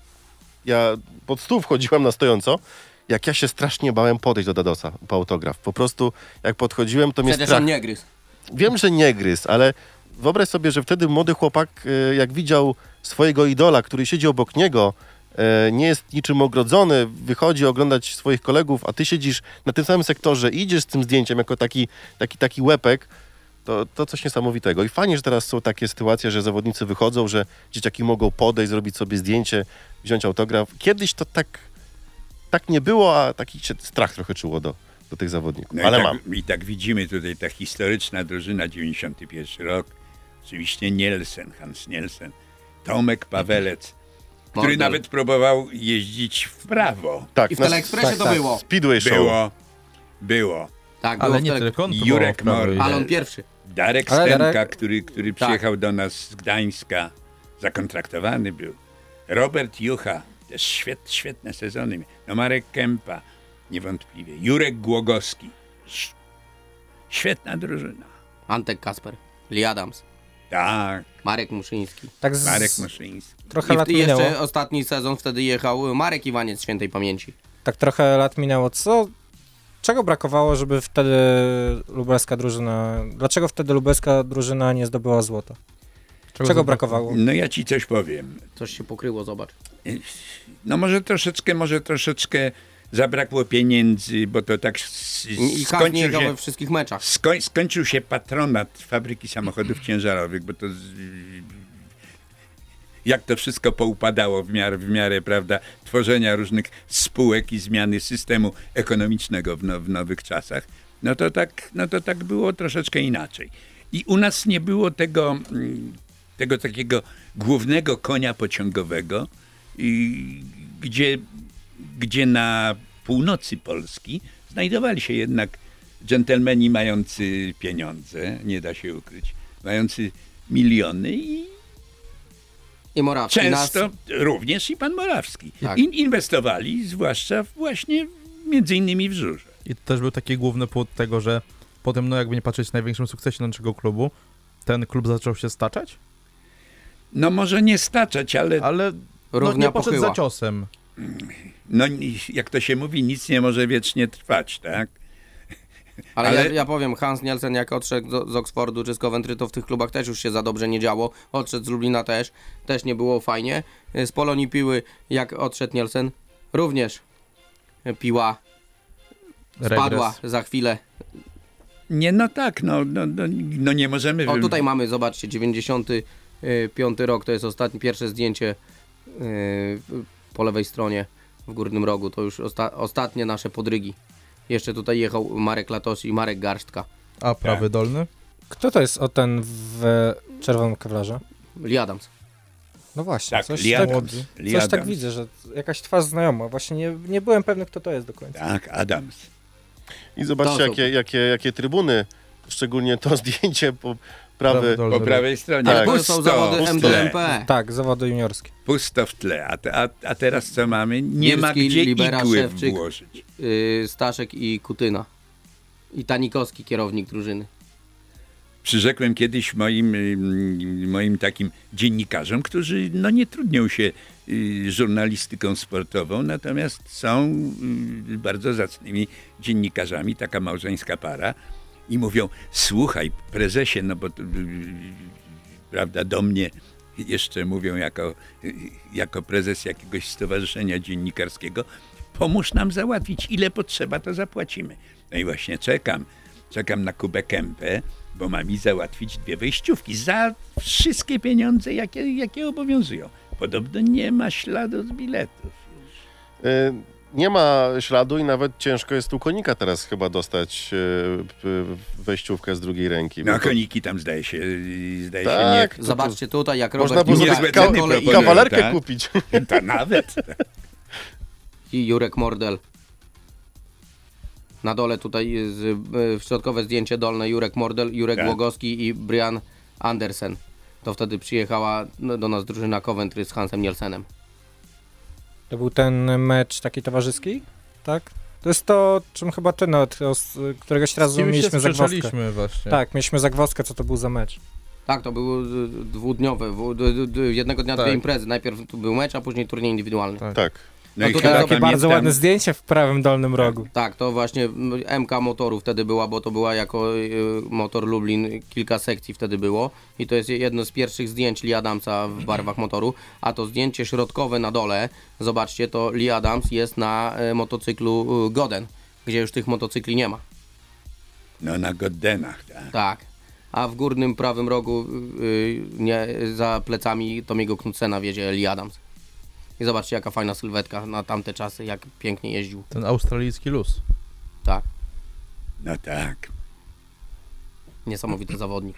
ja pod stół wchodziłem na stojąco, jak ja się strasznie bałem podejść do Dadosa po autograf. Po prostu jak podchodziłem, to mnie Przecież strach... on nie gryzł. Wiem, że nie gryzł, ale wyobraź sobie, że wtedy młody chłopak, e, jak widział swojego idola, który siedzi obok niego, e, nie jest niczym ogrodzony, wychodzi oglądać swoich kolegów, a ty siedzisz na tym samym sektorze i idziesz z tym zdjęciem jako taki, taki, taki łepek, to, to coś niesamowitego. I fajnie, że teraz są takie sytuacje, że zawodnicy wychodzą, że dzieciaki mogą podejść, zrobić sobie zdjęcie, wziąć autograf. Kiedyś to tak, tak nie było, a taki się strach trochę czuło do, do tych zawodników. No Ale i, mam. tak, I tak widzimy tutaj ta historyczna drużyna, dziewięćdziesiąty pierwszy rok. Oczywiście Nielsen, Hans Nielsen, Tomek Pawelec, który Mordel. nawet próbował jeździć w prawo. Tak, I w na- Teleekspresie tak, to tak. było. Speedway Show. Było, było. Tak, było Ale w nie tele- tylko on Jurek próbował w prawo Mor- Ale iść. on pierwszy. Darek Ale Stenka, Darek- który, który Tak. przyjechał do nas z Gdańska, zakontraktowany był. Robert Jucha, też świet, świetne sezony. No Marek Kępa, niewątpliwie. Jurek Głogowski. Sz- Świetna drużyna. Antek Kasper, Lee Adams, Tak, Marek Muszyński. Tak z... Marek Muszyński. trochę I lat w- jeszcze minęło. ostatni sezon wtedy jechał Marek Iwaniec świętej pamięci. Tak trochę lat minęło. Co... Czego brakowało, żeby wtedy lubelska drużyna... Dlaczego wtedy lubelska drużyna nie zdobyła złota? Czego, zabrakło? brakowało? No ja ci coś powiem. Coś się pokryło, zobacz. No może troszeczkę, może troszeczkę zabrakło pieniędzy, bo to tak s- I każdy nie skończył jechał się, we wszystkich meczach. skoń, skończył się patronat fabryki samochodów ciężarowych, bo to z, jak to wszystko poupadało w miarę, w miarę, prawda, tworzenia różnych spółek i zmiany systemu ekonomicznego w, now, w nowych czasach, no to tak, no to tak było troszeczkę inaczej. I u nas nie było tego, mm, tego takiego głównego konia pociągowego, i, gdzie, gdzie na północy Polski znajdowali się jednak dżentelmeni mający pieniądze, nie da się ukryć, mający miliony i I Morawski często nas... również i pan Morawski. Tak. I inwestowali zwłaszcza właśnie między innymi w Żurze. I to też był taki główny powód tego, że potem, no jakby nie patrzeć, największym sukcesie naszego klubu, ten klub zaczął się staczać, No może nie staczać, ale ale no, Równia nie poszedł pochyła. za ciosem. no, jak to się mówi, nic nie może wiecznie trwać, tak? Ale, Ale- Ja, ja powiem, Hans Nielsen jak odszedł do, z Oxfordu czy z Coventry, to w tych klubach też już się za dobrze nie działo. Odszedł z Lublina też, też nie było fajnie. Z Polonii Piły, jak odszedł Nielsen, również Piła spadła Regres. za chwilę. Nie, no tak, no, no, no, no nie możemy... O, tutaj mamy, zobaczcie, dziewięćdziesiąty piąty rok, to jest ostatnie, pierwsze zdjęcie yy, po lewej stronie w górnym rogu. To już osta ostatnie nasze podrygi. Jeszcze tutaj jechał Marek Latos i Marek Garstka. A prawy dolny? Kto to jest o ten w czerwonym kewlarze? Lee Adams. No właśnie, Tak, coś, Lee tak, Adams. Lee coś tak Adams. widzę, że jakaś twarz znajoma. Właśnie nie, nie byłem pewny, kto to jest do końca. Tak, Adams. I zobaczcie, To jakie, jakie, jakie trybuny, szczególnie to zdjęcie po prawej. dolny. Po prawej stronie. Tak. To są zawody pusto. M D M P. Tak, zawody juniorskie. Pusto w tle. A, te, a, a teraz co mamy? Nie Mirski, ma gdzie Libera, igły Szewczyk. włożyć. Yy, Staszek i Kutyna. I Tanikowski, kierownik drużyny. Przyrzekłem kiedyś moim, ym, moim takim dziennikarzom, którzy no, nie trudnią się y, żurnalistyką sportową, natomiast są y, bardzo zacnymi dziennikarzami, taka małżeńska para, i mówią: słuchaj, prezesie, no bo to, y, prawda, do mnie jeszcze mówią jako, y, jako prezes jakiegoś stowarzyszenia dziennikarskiego, pomóż nam załatwić, ile potrzeba, to zapłacimy. No i właśnie czekam, czekam na Kubę Kępę, bo ma mi załatwić dwie wejściówki za wszystkie pieniądze, jakie, jakie obowiązują. Podobno nie ma śladu z biletów. Y, Nie ma śladu i nawet ciężko jest tu konika teraz chyba dostać y, p- wejściówkę z drugiej ręki. No bo a to- koniki tam zdaje się, zdaje Tak, się to- Zobaczcie tutaj, jak Można Robert było Niezłe Niuka ka- ceny z kolei proponują. kawalerkę tak? kupić. nie, to nawet. i Jurek Mordel. Na dole tutaj z, y, środkowe zdjęcie dolne Jurek Mordel, Jurek Tak. Głogowski i Brian Andersen. To wtedy przyjechała no, do nas drużyna Coventry z Hansem Nielsenem. To był ten mecz taki towarzyski, tak? To jest to, czym chyba ty, no, to, z któregoś razu Z kim się mieliśmy zagwozdkę. sprzeczaliśmy właśnie. Tak, mieliśmy zagwozdkę, co to był za mecz. Tak, to były y, dwudniowe, w- d- d- jednego dnia Tak. dwie imprezy. Najpierw tu był mecz, a później turniej indywidualny. Tak. Tak. No i tutaj chyba takie Takie bardzo pamiętam- ładne zdjęcie w prawym dolnym rogu. Tak, to właśnie mm, M K Motoru wtedy była, bo to była jako y, Motor Lublin, kilka sekcji wtedy było i to jest jedno z pierwszych zdjęć Lee Adamsa w barwach Motoru, a to zdjęcie środkowe na dole, zobaczcie, to Lee Adams jest na y, motocyklu y, Goden, gdzie już tych motocykli nie ma. No na Goddenach, tak. Tak. A w górnym prawym rogu y, nie, za plecami Tomiego Knudsena wiedzie Lee Adams. I zobaczcie, jaka fajna sylwetka na tamte czasy, jak pięknie jeździł. Ten australijski luz. Tak, No tak. niesamowity zawodnik.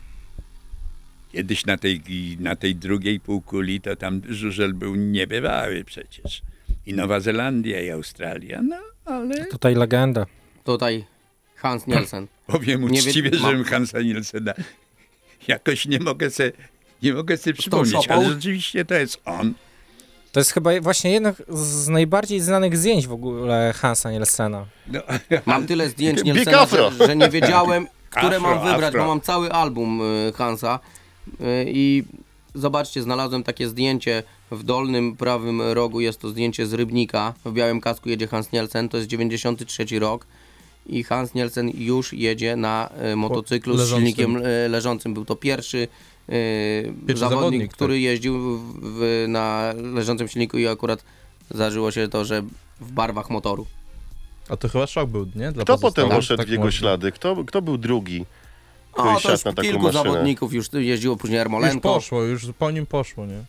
Kiedyś na tej, na tej drugiej półkuli to tam żużel był niebywały przecież. I Nowa Zelandia, i Australia, no ale Tutaj legenda. Tutaj Hans Nielsen. powiem Nie wie- uczciwie, ma- że Hansa Nielsena jakoś nie mogę se, nie mogę sobie przypomnieć, szopą? ale rzeczywiście to jest on. To jest chyba właśnie jedno z najbardziej znanych zdjęć w ogóle Hansa Nielsena. No, Mam tyle zdjęć Big Nielsena, afro. że, że nie wiedziałem, które Afro, mam wybrać, afro. bo mam cały album y, Hansa. Y, I zobaczcie, znalazłem takie zdjęcie w dolnym prawym rogu, jest to zdjęcie z Rybnika. W białym kasku jedzie Hans Nielsen, to jest dziewięćdziesiąty trzeci rok. I Hans Nielsen już jedzie na y, motocyklu z leżącym. silnikiem y, leżącym. Był to pierwszy, y, Pierwszy zawodnik, zawodnik, który tak. jeździł w, w, na leżącym silniku i akurat zdarzyło się to, że w barwach motoru. A to chyba szok był, nie? Dla Kto potem pozostałych, poszedł tak w jego można. ślady? Kto, kto był drugi, który O, to siadł już na taką kilku maszynę? zawodników już jeździło, później Już Ermolenko. poszło, już po nim poszło, nie?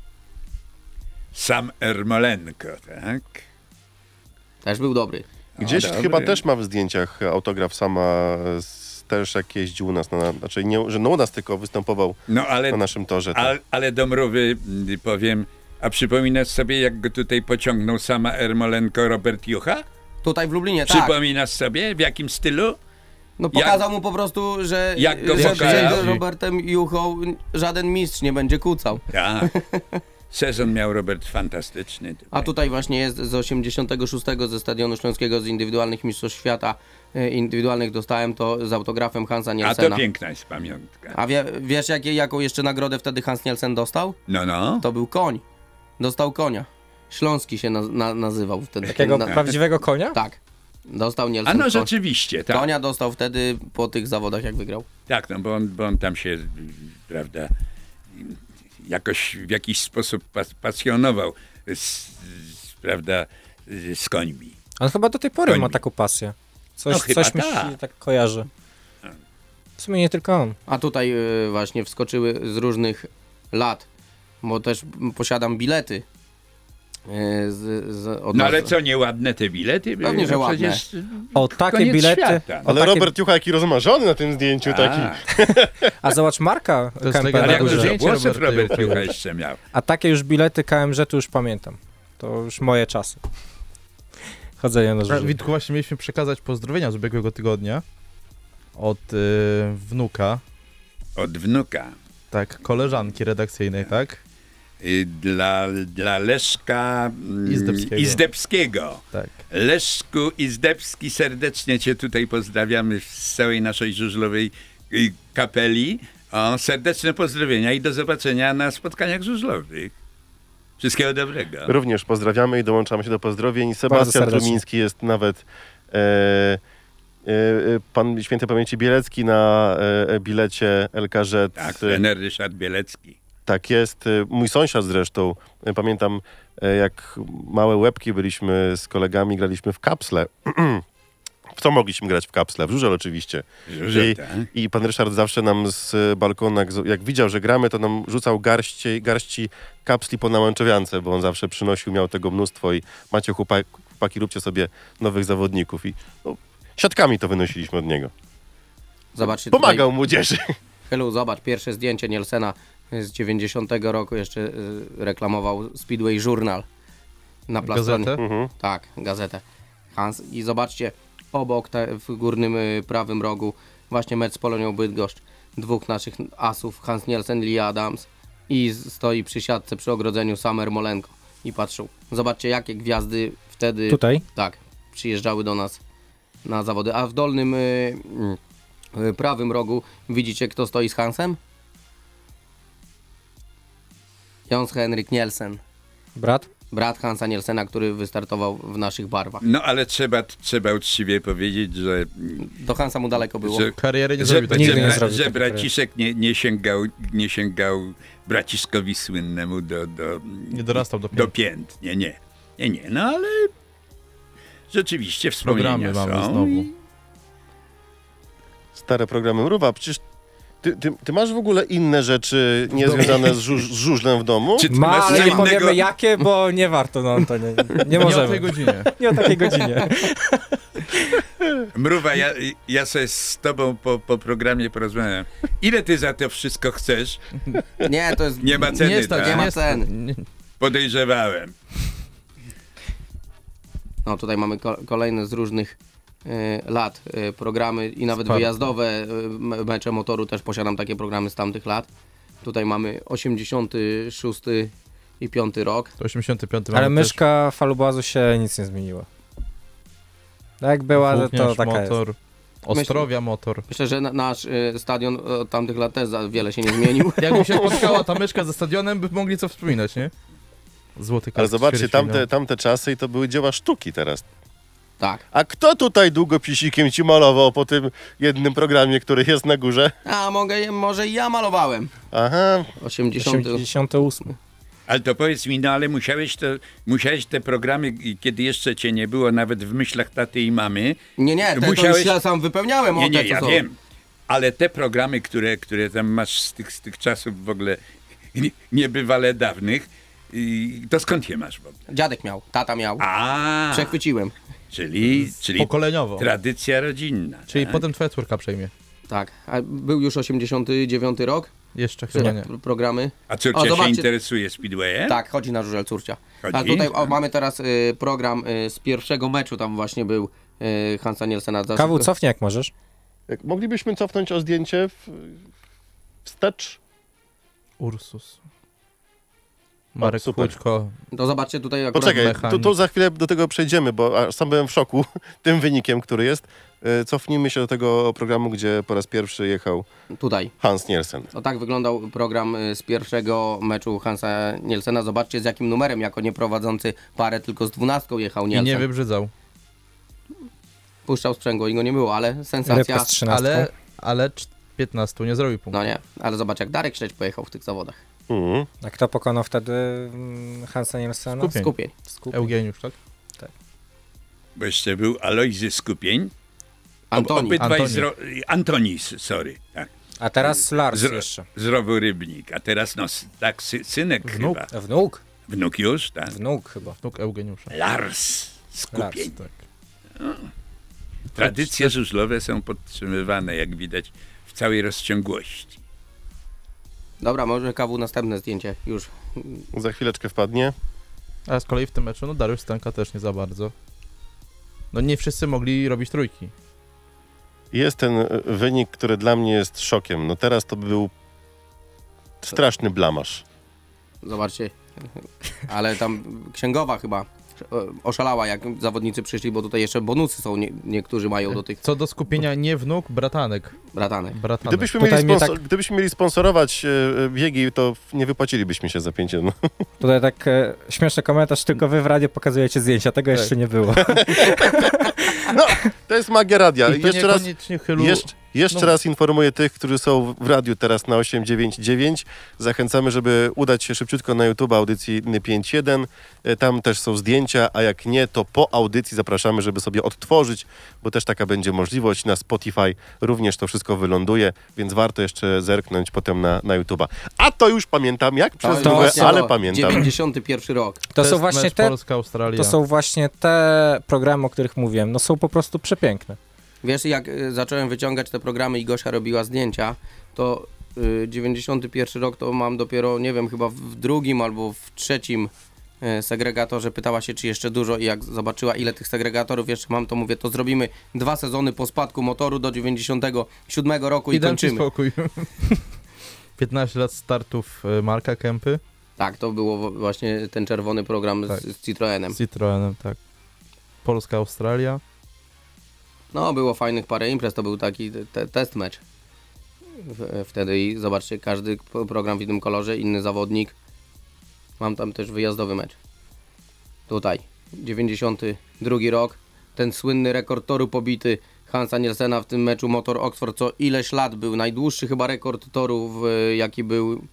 Sam Ermolenko, tak? Też był dobry. Gdzieś O, dobry. chyba też ma w zdjęciach autograf sama z też jak jeździł u nas, na, znaczy nie, że no u nas tylko występował No ale, na naszym torze. Tak. ale, ale Dąbrowy, y, powiem, a przypominasz sobie, jak go tutaj pociągnął sama Ermolenko Robert Jucha? Tutaj w Lublinie, tak. Przypominasz sobie, w jakim stylu? No pokazał mu po prostu, że, Jak go że pokazał? przed Robertem Juchą żaden mistrz nie będzie kucał. Tak. Sezon miał Robert fantastyczny. Tutaj. A tutaj właśnie jest z osiemdziesiątego szóstego ze Stadionu Śląskiego z indywidualnych mistrzostw świata. e, Indywidualnych dostałem to z autografem Hansa A Nielsena. to piękna jest pamiątka. A wie, wiesz jakie, jaką jeszcze nagrodę wtedy Hans Nielsen dostał? No, no. To był koń. Dostał konia. Śląski się na, na, nazywał wtedy. Takiego Na- prawdziwego konia? Tak. Dostał A Nielsen no koń. rzeczywiście, tak. Konia dostał wtedy po tych zawodach, jak wygrał. Tak, no bo on, bo on tam się, y, prawda, jakoś w jakiś sposób pas, pasjonował, z, z, prawda, y, z końmi. On chyba do tej pory Końmi. ma taką pasję. Coś, No chyba coś mi tak. się tak kojarzy. W sumie nie tylko on. A tutaj y, właśnie wskoczyły z różnych lat, bo też m, posiadam bilety. y, Z, z, od No nas. ale co, nieładne te bilety? Pewnie, No że ładne. przecież, y, O, takie koniec bilety. świata. O, Ale takie... Robert Jucha jaki rozmarzony na tym zdjęciu taki. A, A zobacz Marka To jest Kempera ale na jak legendarne górze. dużo zdjęcie włosów Roberta Robert Jucha. Jucha jeszcze miał. A takie już bilety K M Ż to już pamiętam. To już moje czasy. Chodzenie na A, żużlu. Witku, właśnie mieliśmy przekazać pozdrowienia z ubiegłego tygodnia od y, wnuka, Od wnuka. tak, koleżanki redakcyjnej, tak? Y, Dla, dla Leszka mm, Izdebskiego. Izdebskiego. Tak. Leszku Izdebski, serdecznie Cię tutaj pozdrawiamy z całej naszej żużlowej y, kapeli. O, serdeczne pozdrowienia i do zobaczenia na spotkaniach żużlowych. Wszystkiego dobrego. Również pozdrawiamy i dołączamy się do pozdrowień. Sebastian serdecznie. Trumiński jest nawet e, e, e, pan świętej pamięci Bielecki na e, bilecie L K Z. Tak, trener Ryszard Bielecki. Tak jest. E, Mój sąsiad zresztą. E, Pamiętam, e, jak małe łebki byliśmy z kolegami, graliśmy w kapsle. W co mogliśmy grać w kapsle? W żużel oczywiście. Żużel, I, tak. I pan Ryszard zawsze nam z balkona, jak, jak widział, że gramy, to nam rzucał garści, garści kapsli po nałęczowiance, bo on zawsze przynosił, miał tego mnóstwo i macie chłopak, chłopaki, róbcie sobie nowych zawodników. I no, siatkami to wynosiliśmy od niego. Zobaczcie Pomagał młodzieży. Tutaj, Helu, zobacz, pierwsze zdjęcie Nielsena z dziewięćdziesiątego roku jeszcze y, reklamował Speedway Journal na plastonie. Gazetę? Mhm. Tak, gazetę. Hans. I zobaczcie, obok te, w górnym y, prawym rogu właśnie mecz z Polonią Bydgoszcz. Dwóch naszych asów, Hans Nielsen, Lee Adams i z- stoi przy siatce przy ogrodzeniu sam Ermolenko i patrzą. Zobaczcie, jakie gwiazdy wtedy Tutaj? tak, przyjeżdżały do nas na zawody. A w dolnym y, y, prawym rogu widzicie, kto stoi z Hansem? Jons Henrik Nielsen, Brat? brat Hansa Nielsena, który wystartował w naszych barwach. No ale trzeba, trzeba uczciwie powiedzieć, że, Do Hansa mu daleko było. że, Kariery nie że, zrobił takiej. Nigdy nie że, zrobił że takiej braciszek nie, nie, sięgał, nie sięgał braciszkowi słynnemu do, do, Nie dorastał do do pięt. pięt. Nie, nie. Nie, nie. No ale rzeczywiście wspomnienia Programy mamy są. znowu. i- Stare programy Mrówa, przecież ty, ty, ty masz w ogóle inne rzeczy niezwiązane z, żuż, z żużlem w domu? Czy ty Ma, masz ale co nie innego? powiemy jakie, bo nie warto na Antonie. Nie, nie Nie o możemy. tej godzinie. Nie o takiej godzinie. Mrówa, ja, ja sobie z tobą po, po programie porozmawiam. Ile ty za to wszystko chcesz? Nie, to jest... Nie ma ceny, Nie stać, tak? Nie ma nie stać. ceny. Nie- Podejrzewałem. No tutaj mamy ko- kolejne z różnych y, lat y, programy i nawet Sport. wyjazdowe y, me- mecze motoru też posiadam takie programy z tamtych lat. Tutaj mamy osiemdziesiąty szósty i piąty rok. To osiemdziesiąty piąty Ale mamy też myszka falubazu się nic nie zmieniła. Tak jak była, to, to Włókniarz, taka jest. motor, Ostrowia motor. Myślę, że na, nasz y, stadion od tamtych lat też za wiele się nie zmienił. Jakby się spotkała ta myszka ze stadionem, by mogli co wspominać, nie? Złoty Ale kask zobaczcie, ćwierćfinał. tamte, tamte czasy i to były dzieła sztuki teraz. Tak. A kto tutaj długopisikiem ci malował po tym jednym programie, który jest na górze? A mogę, może ja malowałem. Aha, osiemdziesiąty. osiemdziesiąty ósmy. Ale to powiedz mi, no ale musiałeś, to, musiałeś te programy, kiedy jeszcze cię nie było, nawet w myślach taty i mamy. Nie, nie, te to Musiałeś- już ja sam wypełniałem. Nie, o te, nie, co ja są. wiem. Ale te programy, które, które tam masz z tych, z tych czasów w ogóle nie- niebywale dawnych, i to skąd je masz w ogóle? Dziadek miał, tata miał. A, Przechwyciłem. czyli, czyli Pokoleniowo. tradycja rodzinna. Czyli tak? potem twoja córka przejmie. Tak, a był już osiemdziesiąty dziewiąty rok? Jeszcze chyba nie. Pro- Programy? A Córcia się zobaczcie- interesuje Speedwayem? Tak, chodzi na żużel Córcia. Chodzi? A tutaj o, mamy teraz y, program y, z pierwszego meczu, tam właśnie był y, Hansa Nielsena. Za- Kawu, cofnij jak możesz. Jak moglibyśmy cofnąć o zdjęcie w, wstecz? Ursus. Marek super. Kłuczko. To zobaczcie tutaj akurat... Poczekaj, mechanik. to, to za chwilę do tego przejdziemy, bo aż sam byłem w szoku tym wynikiem, który jest. E, Cofnijmy się do tego programu, gdzie po raz pierwszy jechał Tutaj. Hans Nielsen. No tak wyglądał program y, z pierwszego meczu Hansa Nielsena. Zobaczcie z jakim numerem, jako nieprowadzący parę, tylko z dwunastką jechał I Nielsen. nie wybrzydzał. Puszczał sprzęgło i go nie było, ale sensacja. Rybka z trzynastką. Ale, ale cz- piętnastu nie zrobił punktu. No nie, ale zobacz jak Darek Śledź pojechał w tych zawodach. Mhm. A kto pokonał wtedy mm, Hansa Nielsena? Skupień. Skupień. Skupień. Eugeniusz, tak? Bo jeszcze był Alojzy Skupień. Antoni. Obydwaj Antoni. Zro... Antonis, sorry. Tak. A teraz Lars Zro... jeszcze. Zrobił Rybnik. A teraz, no, s- tak, sy synek Wnuk. chyba. Wnuk. Wnuk już, tak. Wnuk chyba. Wnuk Eugeniusza. Lars Skupień. Tak. Tradycje żużlowe są podtrzymywane, jak widać, w całej rozciągłości. Dobra, może Kawu następne zdjęcie już. Za chwileczkę wpadnie. A z kolei w tym meczu, no Dariusz Stanka też nie za bardzo. No nie wszyscy mogli robić trójki. Jest ten e, wynik, który dla mnie jest szokiem. No teraz to by był straszny blamaż. Zobaczcie. Ale tam księgowa chyba oszalała, jak zawodnicy przyszli, bo tutaj jeszcze bonusy są, nie, niektórzy mają do tych Co do skupienia nie wnuk, bratanek. bratanek. bratanek. Gdybyśmy Tutaj mieli, mnie sponsor- tak- gdybyśmy mieli sponsorować e, biegi, to nie wypłacilibyśmy się za pięć jeden. Tutaj tak e, śmieszny komentarz, tylko wy w radiu pokazujecie zdjęcia. Tego jeszcze nie było. To jest magia radia. I to Jeszcze raz, niekoniecznie chylu... jeszcze, jeszcze no. raz informuję tych, którzy są w radiu teraz na osiem dziewięć dziewięć. Zachęcamy, żeby udać się szybciutko na YouTube audycji pięć jeden. E, Tam też są zdjęcia, a jak nie, to po audycji zapraszamy, żeby sobie odtworzyć, bo też taka będzie możliwość. Na Spotify również to wszystko wyląduje, więc warto jeszcze zerknąć potem na, na YouTube'a. A to już pamiętam, jak przez to długę, właśnie ale to pamiętam. dziewięćdziesiąty pierwszy rok. To Test są właśnie mecz te, Polska-Australia. to są właśnie te programy, o których mówiłem. No są po prostu przepiękne. Wiesz, jak y, zacząłem wyciągać te programy i Gosia robiła zdjęcia, to y, dziewięćdziesiąty pierwszy rok to mam dopiero, nie wiem, chyba w drugim albo w trzecim y, segregatorze. Pytała się, czy jeszcze dużo i jak zobaczyła, ile tych segregatorów jeszcze mam, to mówię, to zrobimy dwa sezony po spadku motoru do dziewięćdziesiątego siódmego roku i, I dam ci kończymy. spokój. piętnaście lat startów y, Marka Kępy Tak, to było wo- właśnie ten czerwony program Tak. z, z Citroenem. z Citroenem, tak. Polska-Australia. No, było fajnych parę imprez, to był taki te, test mecz. W, wtedy i zobaczcie, każdy p- program w innym kolorze, inny zawodnik. Mam tam też wyjazdowy mecz. Tutaj, dziewięćdziesiąty drugi rok, ten słynny rekord toru pobity Hansa Nielsena w tym meczu Motor Oxford, co ileś lat był, najdłuższy chyba rekord toru, w, jaki był yy,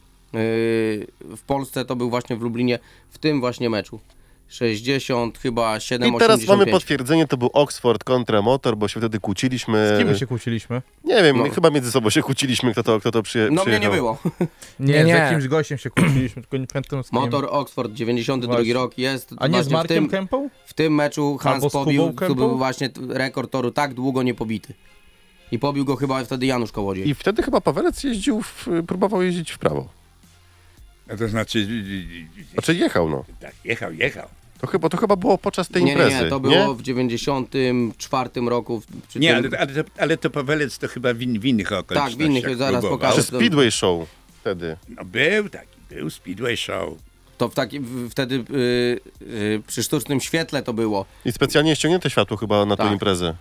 w Polsce, to był właśnie w Lublinie, w tym właśnie meczu. sześćdziesiąt, chyba siedem, I teraz mamy osiemdziesiąt pięć. potwierdzenie, to był Oxford kontra Motor, bo się wtedy kłóciliśmy. Z kim my się kłóciliśmy? Nie wiem, No. chyba między sobą się kłóciliśmy, kto to, kto to przyje, No mnie przyjechał. nie było. Nie, Nie, z nie. jakimś gościem się kłóciliśmy, tylko nie pamiętam z kim. Motor Oxford, dziewięćdziesiąty drugi Właśnie. rok jest. A nie z właśnie Markiem w tym, Kępą? w tym meczu Hans Albo z Kubą pobił, to Kępą? był właśnie t- rekord toru tak długo nie pobity. I pobił go chyba wtedy Janusz Kołodziej. I wtedy chyba Pawelec jeździł, w, próbował jeździć w prawo. A to znaczy, Znaczy jechał, no. tak, jechał, jechał. To chyba, to chyba było podczas tej nie, nie, imprezy, nie, to było w dziewięćdziesiątym czwartym roku. w- Przy Nie, tym, ale, ale, to, ale to Pawelec to chyba w, in, w innych okolicznościach Tak, w innych, zaraz próbował. pokażę. Przy Speedway Show wtedy. No był taki, był Speedway Show. To w taki, w, wtedy y, y, przy sztucznym świetle to było. I specjalnie ściągnięte światło chyba na tę Tak. imprezę.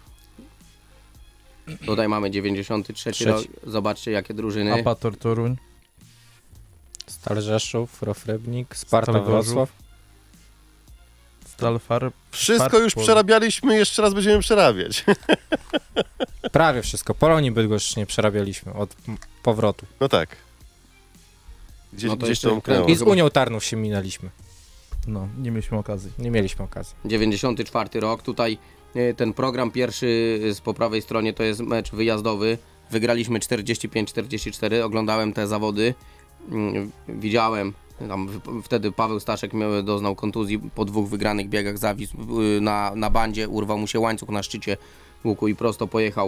Tutaj mamy dziewięćdziesiąty trzeci Trzeci. rok. Zobaczcie jakie drużyny. Apator Toruń. Stal Rzeszów, Rofrybnik, Sparta Stal Gorzów. Wrocław. Stal Far... Wszystko Farpol. już przerabialiśmy, jeszcze raz będziemy przerabiać. Prawie wszystko. Polonii Bydgoszcz nie przerabialiśmy od m- powrotu. No tak. Gdzieś, No to gdzieś jeszcze to umknęło. I z Unią Tarnów się minęliśmy. No, nie mieliśmy okazji. Nie mieliśmy okazji. dziewięćdziesiąty czwarty rok. Tutaj e, ten program pierwszy z po prawej stronie to jest mecz wyjazdowy. Wygraliśmy czterdzieści pięć czterdzieści cztery. Oglądałem te zawody. Mm, Widziałem. Tam w- wtedy Paweł Staszek miał, doznał kontuzji po dwóch wygranych biegach. Zawisł y, na, na bandzie, urwał mu się łańcuch na szczycie łuku i prosto pojechał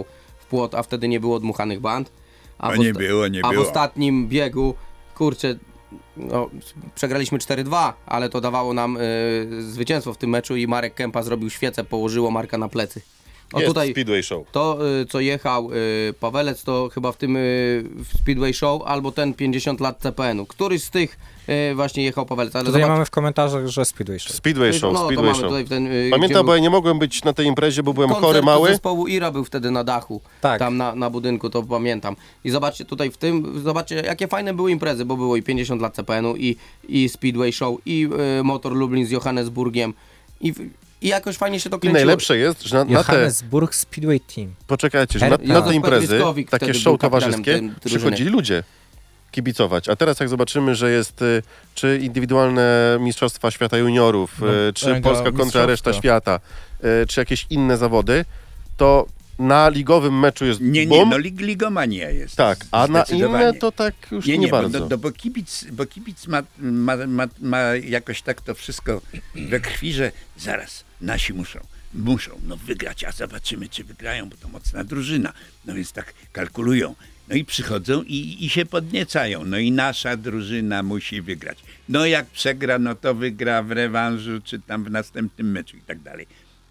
w płot, a wtedy nie było dmuchanych band. A No w nie osta- było, nie A było. w ostatnim biegu, kurczę, no, przegraliśmy cztery dwa, ale to dawało nam y, zwycięstwo w tym meczu i Marek Kępa zrobił świecę, położyło Marka na plecy. O Jest tutaj Speedway Show. to, y, co jechał y, Pawelec, to chyba w tym y, w Speedway Show, albo ten pięćdziesiąt lat C P N-u. Któryś z tych y, właśnie jechał Pawelec. Ale Tutaj zobacz, mamy w komentarzach, że Speedway Show. Speedway Show, no, to Speedway mamy Show. tutaj w ten, y, gdzie Pamiętam, był bo ja nie mogłem być na tej imprezie, bo byłem chory, koncert mały. zespołu Ira był wtedy na dachu, Tak. tam na, na budynku, to pamiętam. I zobaczcie tutaj w tym, zobaczcie jakie fajne były imprezy, bo było i pięćdziesiąt lat C P N-u, i, i Speedway Show, i y, Motor Lublin z Johannesburgiem, i, i jakoś fajnie się to I kręciło. najlepsze jest, że na, na te... Johannesburg Speedway Team. Poczekajcie, że na, Her- na Józef te imprezy, Petryskowik takie wtedy show był kapitanem towarzyskie, tej drużyny. przychodzili ludzie kibicować. A teraz jak zobaczymy, że jest y, czy indywidualne Mistrzostwa Świata Juniorów, No, y, czy ranga Polska kontra mistrzowska. reszta świata, y, czy jakieś inne zawody, to na ligowym meczu jest Nie, nie, bum, no lig, ligomania jest. tak, a na zdecydowanie. inne to tak już nie, Nie, nie, bo, bardzo. do, do, bo kibic, bo kibic ma, ma, ma, ma jakoś tak to wszystko we krwi, że zaraz nasi muszą, muszą no wygrać, a zobaczymy, czy wygrają, bo to mocna drużyna. No więc tak kalkulują. No i przychodzą i, i się podniecają. No i nasza drużyna musi wygrać. No jak przegra, no to wygra w rewanżu, czy tam w następnym meczu i tak dalej.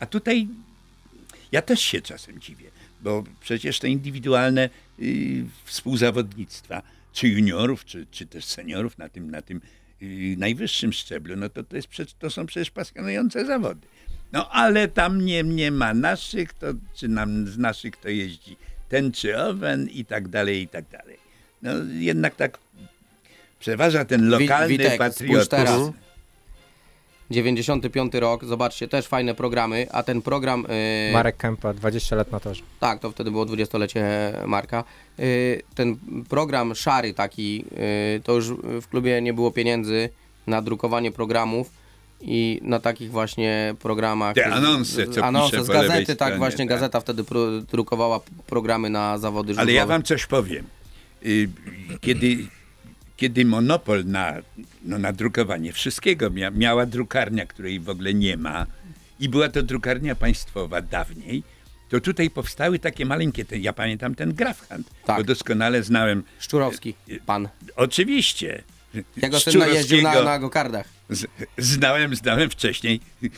A tutaj ja też się czasem dziwię, bo przecież te indywidualne y, współzawodnictwa, czy juniorów, czy, czy też seniorów na tym, na tym y, najwyższym szczeblu, no to, to, jest, przecież- to są przecież pasjonujące zawody. No ale tam nie, nie ma naszych, to, czy nam z naszych to jeździ ten czy owen i tak dalej, i tak dalej. No jednak tak przeważa ten lokalny Witek, spójrz teraz. patriotyzm. dziewięćdziesiąty piąty rok, zobaczcie, też fajne programy, a ten program... Yy, Marek Kępa, dwadzieścia lat na torze. Tak, to wtedy było dwudziestolecie Marka. Yy, ten program szary taki, yy, to już w klubie nie było pieniędzy na drukowanie programów i na takich właśnie programach... Te anonse, co anonse pisze z po lewej gazety, tak stronie, właśnie, tak. gazeta wtedy pro, drukowała programy na zawody żużlowe. Ale ja wam coś powiem. Y, Kiedy, kiedy monopol na, no, na drukowanie wszystkiego mia, miała drukarnia, której w ogóle nie ma, i była to drukarnia państwowa dawniej, to tutaj powstały takie maleńkie, te, ja pamiętam ten Grafhand, Tak. bo doskonale znałem, Szczurowski, pan. oczywiście, Jego syn jeździł na, Szczurowskiego. na gokardach. Z, znałem, znałem wcześniej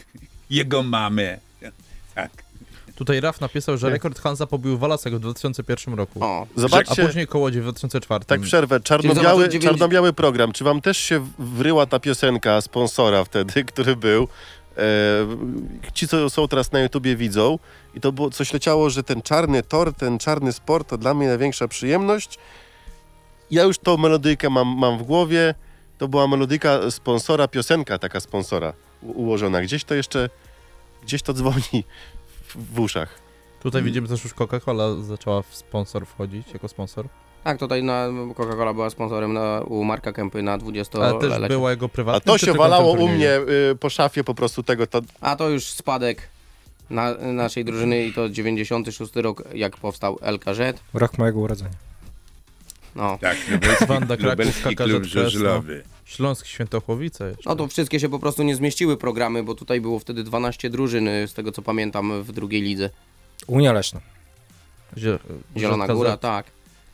jego mamę. Tak. Tutaj Raf napisał, że rekord Hansa pobił Walasek w dwa tysiące pierwszym roku. O, A Zobaczcie, później Kołodziej w dwa tysiące czwartym. tak przerwę, Czyli czarno-biały, zobacz, dziewięć- czarno-biały program. Czy wam też się wryła ta piosenka sponsora wtedy, który był? E, ci, co są teraz na YouTubie, widzą. I to było, coś leciało, że ten czarny tor, ten czarny sport to dla mnie największa przyjemność. Ja już tą melodyjkę mam, mam w głowie. To była melodyjka sponsora, piosenka taka sponsora u- ułożona. Gdzieś to jeszcze, gdzieś to dzwoni w, w uszach. Tutaj widzimy też już Coca-Cola zaczęła w sponsor wchodzić, jako sponsor. tak, tutaj na Coca-Cola była sponsorem na, u Marka Kępy na Ale dwudziestolecie. też była jego A prywatna. to się walało u mnie y, po szafie po prostu tego. To, A to już spadek na, naszej drużyny i to dziewięćdziesiąty szósty rok, jak powstał L K Z. Rok mojego urodzenia. No, Tak, lubelski, Wanda Kraków, lubelski K K Z klub Kresno. żużlowy. Śląsk Świętochłowice jeszcze. no to wszystkie się po prostu nie zmieściły programy, bo tutaj było wtedy dwanaście drużyn, y, z tego co pamiętam, w drugiej lidze. Unia Leszna. Zie- Zielona K Z. Góra, tak.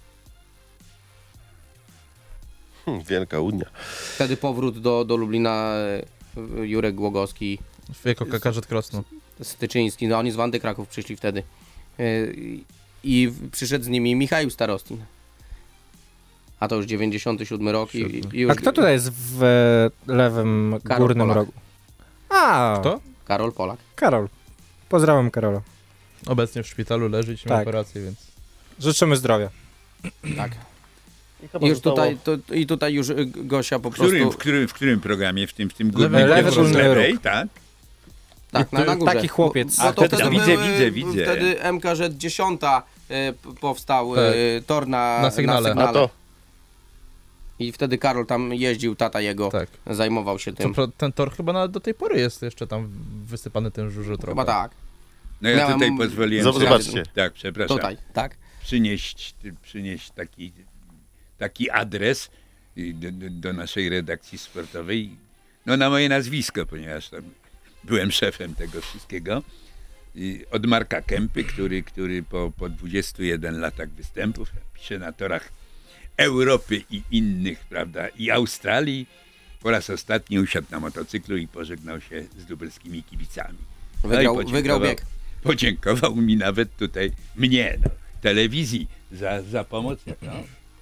hmm, wielka Unia. Wtedy powrót do, do Lublina, y, Jurek Głogowski, Jako K K Z Krosno. Styczyński, no oni z Wandy Kraków przyszli wtedy. Y, I w- przyszedł z nimi Michał Starostin. A to już dziewięćdziesiąty siódmy rok i, i już A kto tutaj jest w e, lewym Karol górnym Polak. rogu? A, Kto? Karol Polak. Karol. Pozdrawiam Karola. Obecnie w szpitalu leży i ma Tak. operację, więc... Życzymy zdrowia. Tak. I chyba I już zostało- tutaj, to, i tutaj już y, Gosia po W którym, prostu... w, którym, w którym programie? W tym, w tym Lewy- górnym lewy piętrze z górny lewej, róg. tak? Tak, na, na górze. Taki chłopiec. Bo, bo to A, wtedy to widzę, były- widzę, widzę. Wtedy M K Z dziesięć y, p- powstał Tak. y, tor na, Na sygnale. No to I wtedy Karol tam jeździł, tata jego Tak. zajmował się Co, tym. pro- ten tor chyba nawet do tej pory jest jeszcze tam wysypany ten żużel trochę. Chyba tak. No ja Miałem- tutaj pozwoliłem Zob- sobie- zobaczcie. Tak, przepraszam. Tutaj, tak. Przynieść, przynieść taki, taki adres y, do, do, do naszej redakcji sportowej. No na moje nazwisko, ponieważ tam byłem szefem tego wszystkiego. y, od Marka Kępy, który, który po, po dwudziestu jeden latach występów pisze na torach Europy i innych, prawda, i Australii, po raz ostatni usiadł na motocyklu i pożegnał się z lubelskimi kibicami. No i Wygrał, podziękował- wygrał bieg. Podziękował mi nawet tutaj, mnie, no, telewizji za, za pomoc, no,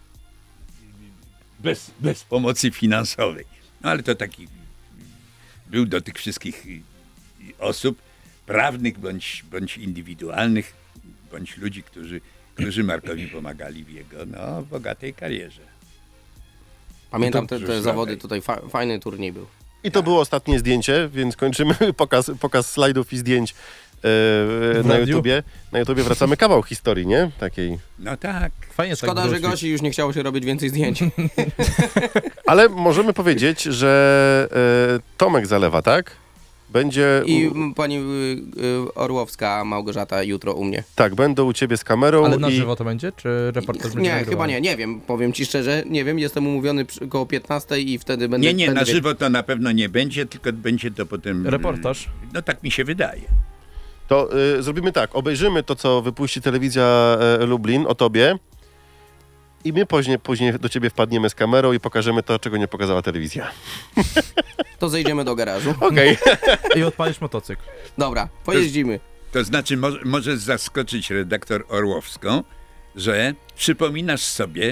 bez, bez pomocy finansowej. No ale to taki był do tych wszystkich y, y, osób prawnych bądź, bądź indywidualnych, bądź ludzi, którzy, którzy Markowi pomagali w jego no, bogatej karierze. Pamiętam No te, to te już zawody, dalej. tutaj fa fajny turniej był. I to było ostatnie zdjęcie, więc kończymy pokaz, pokaz slajdów i zdjęć e, na radiu? YouTubie. Na YouTubie wracamy kawał historii, nie? Takiej. No tak. Fajnie Szkoda, tak że wrócić. Gosi już nie chciało się robić więcej zdjęć. Ale możemy powiedzieć, że e, Tomek Zalewa, tak? Będzie. I U, m, pani y, y, Orłowska Małgorzata jutro u mnie. tak, będą u ciebie z kamerą. Ale na i, żywo to będzie, czy reportaż będzie Nie, nagrywany? chyba nie, nie wiem, powiem ci szczerze, nie wiem, jestem umówiony przy, koło piętnastej i wtedy będę... Nie, nie, będę na wiedział. żywo to na pewno nie będzie, tylko będzie to potem... Reportaż. No tak mi się wydaje. To y, zrobimy tak, obejrzymy to, co wypuści telewizja e, Lublin o tobie i my później, później do ciebie wpadniemy z kamerą i pokażemy to, czego nie pokazała telewizja. To zejdziemy do garażu. Okej. I odpalisz motocykl. Dobra, pojeździmy. To znaczy mo możesz zaskoczyć redaktor Orłowską, że przypominasz sobie,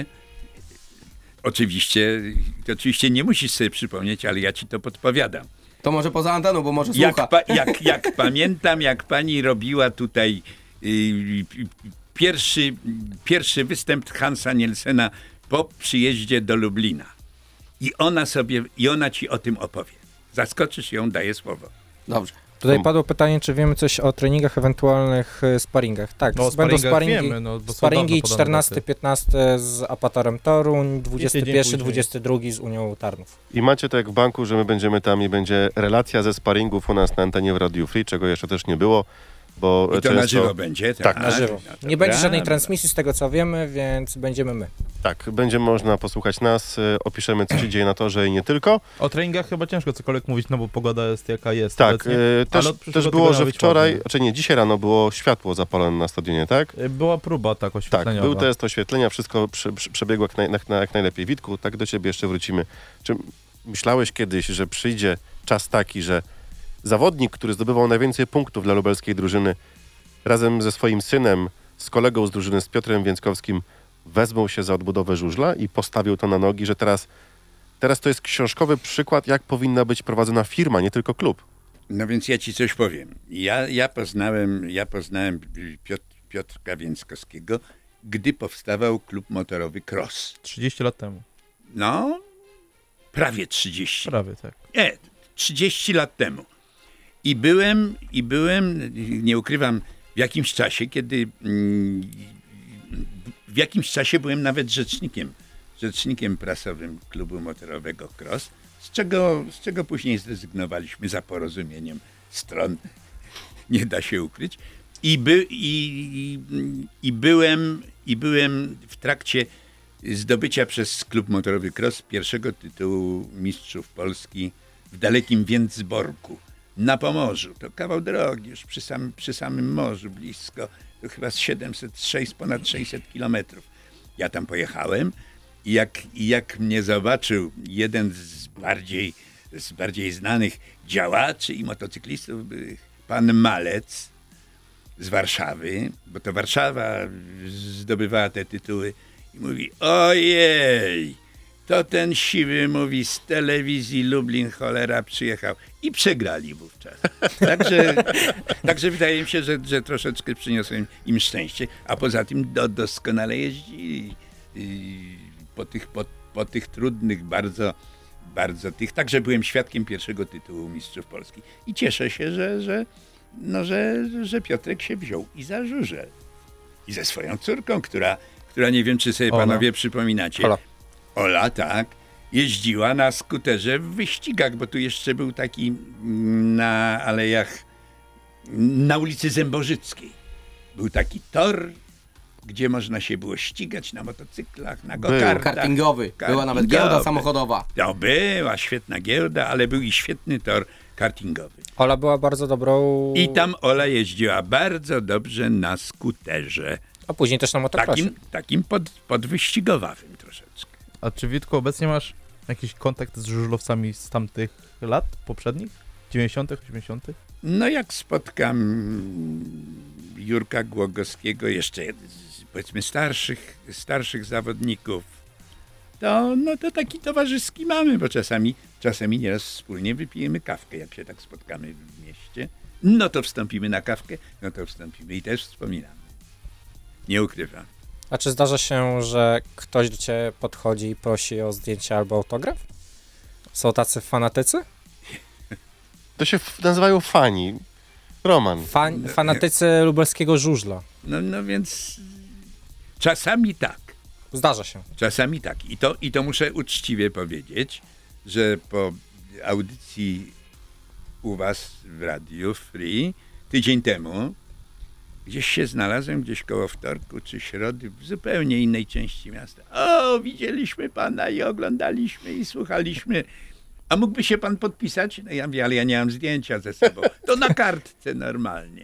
oczywiście, to oczywiście nie musisz sobie przypomnieć, ale ja ci to podpowiadam. To może poza anteną, bo może Jak, słucha. pa jak, jak pamiętam, jak pani robiła tutaj y, y, pierwszy, pierwszy występ Hansa Nielsena po przyjeździe do Lublina. I ona sobie, i ona ci o tym opowie. Zaskoczysz ją, daję słowo. Dobrze. Tutaj padło pytanie, czy wiemy coś o treningach, ewentualnych e, sparingach. Tak, No, o będą sparingach sparingi, wiemy, no, bo są sparingi dawno podane czternasty daty. piętnasty z Apatorem Toruń, dwudziesty pierwszy później. dwudziesty drugi z Unią Tarnów. I macie to jak w banku, że my będziemy tam i będzie relacja ze sparingów u nas na antenie w Radio Free, czego jeszcze też nie było, bo I to często... na żywo będzie? Tak, Na żywo. No Nie będzie żadnej dobra. transmisji z tego, co wiemy, więc będziemy my. Tak, będzie można posłuchać nas, y, opiszemy, co się dzieje na torze i nie tylko. O treningach chyba ciężko cokolwiek mówić, no bo pogoda jest jaka jest Tak, obecnie. y, też, Ale od przyszłego też było, tygodnia że być wczoraj, ładnie. znaczy nie, dzisiaj rano było światło zapalone na stadionie, tak? Y, Była próba tak Tak, oświetleniowa. był test oświetlenia, wszystko przy, przy, przebiegło jak, naj, jak, jak najlepiej. Witku, tak do ciebie jeszcze wrócimy. Czy myślałeś kiedyś, że przyjdzie czas taki, że zawodnik, który zdobywał najwięcej punktów dla lubelskiej drużyny, razem ze swoim synem, z kolegą z drużyny, z Piotrem Więckowskim, wezmą się za odbudowę żużla i postawił to na nogi, że teraz, teraz to jest książkowy przykład, jak powinna być prowadzona firma, nie tylko klub. No więc ja ci coś powiem. Ja, ja poznałem, ja poznałem Piotr, Piotrka Więckowskiego, gdy powstawał klub motorowy Cross. trzydzieści lat temu. No, prawie trzydzieści. Prawie tak. Nie, trzydzieści lat temu. I byłem, i byłem, nie ukrywam, w jakimś czasie, kiedy mm, w jakimś czasie byłem nawet rzecznikiem, rzecznikiem prasowym klubu motorowego Cross, z czego, z czego później zrezygnowaliśmy za porozumieniem stron, nie da się ukryć. I, by, i, i, byłem, I byłem w trakcie zdobycia przez klub motorowy Cross pierwszego tytułu mistrzów Polski w dalekim Więcborku na Pomorzu. To kawał drogi, już przy, sam, przy samym morzu, blisko, to chyba z siedemset sześć, ponad sześćset kilometrów. Ja tam pojechałem i jak, i jak mnie zobaczył jeden z bardziej, z bardziej znanych działaczy i motocyklistów, pan Malec z Warszawy, bo to Warszawa zdobywała te tytuły, i mówi: ojej, to ten siwy, mówi, z telewizji Lublin, cholera, przyjechał. I przegrali wówczas. Także, także wydaje mi się, że, że troszeczkę przyniosłem im szczęście. A poza tym do, doskonale jeździli po tych, po, po tych trudnych, bardzo, bardzo tych. Także byłem świadkiem pierwszego tytułu mistrzów Polski. I cieszę się, że, że, no, że, że Piotrek się wziął i za żużel. I ze swoją córką, która, która nie wiem, czy sobie Ola. panowie przypominacie. Ola. Ola, tak, jeździła na skuterze w wyścigach, bo tu jeszcze był taki mm, na alejach, na ulicy Zębożyckiej. Był taki tor, gdzie można się było ścigać na motocyklach, na go-kartach. Kartingowy. Była nawet Kartingowy. giełda samochodowa. No była świetna giełda, ale był i świetny tor, kartingowy. Ola była bardzo dobrą... I tam Ola jeździła bardzo dobrze na skuterze. A później też na motocrossie. Takim, takim pod, podwyścigowawym troszeczkę. A czy Witku, obecnie masz jakiś kontakt z żużlowcami z tamtych lat poprzednich? dziewięćdziesiątych, osiemdziesiątych? No jak spotkam Jurka Głogowskiego, jeszcze z, powiedzmy starszych, starszych zawodników, to, no to taki towarzyski mamy, bo czasami, czasami nieraz wspólnie wypijemy kawkę, jak się tak spotkamy w mieście. No to wstąpimy na kawkę, no to wstąpimy i też wspominamy. Nie ukrywam. A czy zdarza się, że ktoś do ciebie podchodzi i prosi o zdjęcie albo autograf? Są tacy fanatycy? To się f- nazywają fani. Roman. Fan, fanatycy lubelskiego żużla. No, no więc czasami tak. Zdarza się. Czasami tak. I to, I to muszę uczciwie powiedzieć, że po audycji u was w Radiu Free tydzień temu gdzieś się znalazłem, gdzieś koło wtorku czy środy w zupełnie innej części miasta. O, widzieliśmy pana i oglądaliśmy i słuchaliśmy. A mógłby się pan podpisać? No ja mówię, ale ja nie mam zdjęcia ze sobą. To na kartce normalnie.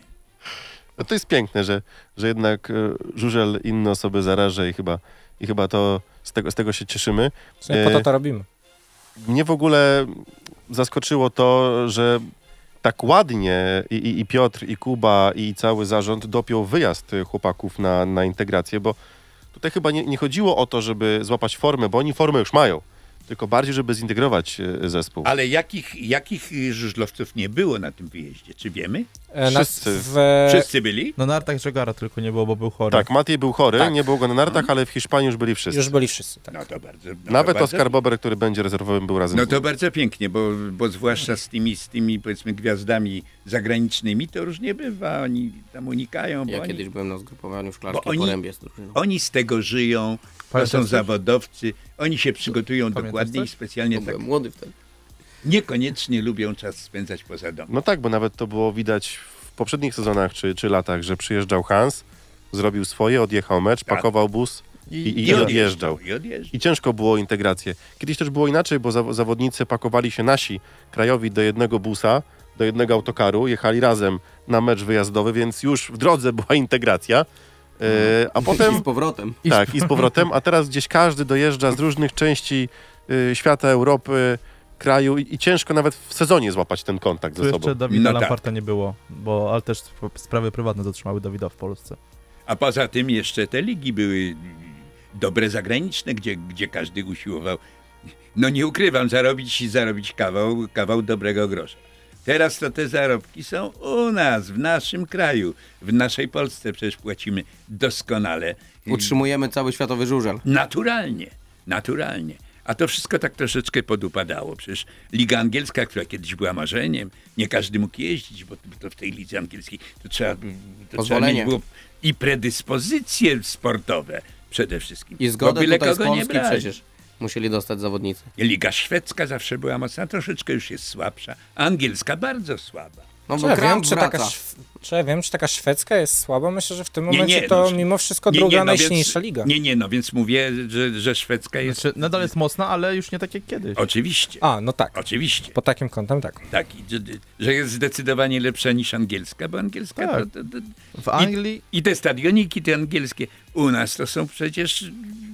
No to jest piękne, że, że jednak e, żużel inne osoby zaraża i chyba, i chyba to z tego, z tego się cieszymy. W sumie po to to robimy. Mnie w ogóle zaskoczyło to, że tak ładnie i, i, i Piotr, i Kuba, i cały zarząd dopiął wyjazd chłopaków na, na integrację, bo tutaj chyba nie, nie chodziło o to, żeby złapać formę, bo oni formę już mają, tylko bardziej, żeby zintegrować e, zespół. Ale jakich, jakich żużlowców nie było na tym wyjeździe? Czy wiemy? E, nas Wszyscy. w, Wszyscy byli? Na nartach Żegara tylko nie było, bo był chory. Tak, Matiej był chory, Tak. nie było go na nartach, ale w Hiszpanii już byli wszyscy. już byli wszyscy, tak. No to bardzo. No Nawet to bardzo, Oskar Bober, który będzie rezerwowym, był razem No z to nim. bardzo pięknie, bo, bo zwłaszcza z tymi, z tymi powiedzmy gwiazdami zagranicznymi to różnie bywa. Oni tam unikają, bo Ja oni, kiedyś byłem na zgrupowaniu w Bo Szklarskiej oni- Porębie z drużyną. oni z tego żyją, to Pamiętasz są coś? zawodowcy, oni się przygotują Pamiętasz dokładnie i coś? specjalnie Bo tak byłem młody wtedy. niekoniecznie lubią czas spędzać poza domem. No tak, bo nawet to było widać w poprzednich sezonach czy, czy latach, że przyjeżdżał Hans, zrobił swoje, odjechał mecz, Tak. pakował bus i, i, I odjeżdżał. I odjeżdżał. I ciężko było integrację. Kiedyś też było inaczej, bo zaw- zawodnicy pakowali się nasi krajowi do jednego busa, do jednego autokaru, jechali razem na mecz wyjazdowy, więc już w drodze była integracja. E, a I potem z powrotem. tak, i z powrotem, a teraz gdzieś każdy dojeżdża z różnych części y, świata, Europy, kraju i, i ciężko nawet w sezonie złapać ten kontakt Tu ze jeszcze sobą. Dawida No tak. Lamparta nie było, bo ale też sp- sprawy prywatne dotrzymały Dawida w Polsce. A poza tym jeszcze te ligi były dobre zagraniczne, gdzie, gdzie każdy usiłował, no nie ukrywam, zarobić zarobić kawał, kawał dobrego grosza. Teraz to te zarobki są u nas, w naszym kraju, w naszej Polsce przecież płacimy doskonale. Utrzymujemy cały światowy żużel. Naturalnie, naturalnie. A to wszystko tak troszeczkę podupadało. Przecież Liga Angielska, która kiedyś była marzeniem, nie każdy mógł jeździć, bo to w tej lidze angielskiej to trzeba, to trzeba Pozwolenie. mieć było i predyspozycje sportowe przede wszystkim. I bo zgodę byle tutaj z kogo nie Polski brali. przecież musieli dostać zawodnicy. Liga szwedzka zawsze była mocna, troszeczkę już jest słabsza. A angielska bardzo słaba. No Czy bo ja, wiem, Kraft czy, taka, wraca. szw- czy ja wiem, czy taka szwedzka jest słaba? Myślę, że w tym Nie, momencie nie, to no, mimo wszystko Nie, druga nie, no najsilniejsza więc, liga. Nie, nie, no więc mówię, że, że szwedzka jest... Znaczy, nadal jest mocna, ale już nie tak jak kiedyś. Oczywiście, A, no tak. oczywiście. Pod takim kątem tak. Tak, i że, że jest zdecydowanie lepsza niż angielska, bo angielska Tak. to, to, to, W Anglii I te stadioniki, te angielskie, u nas to są przecież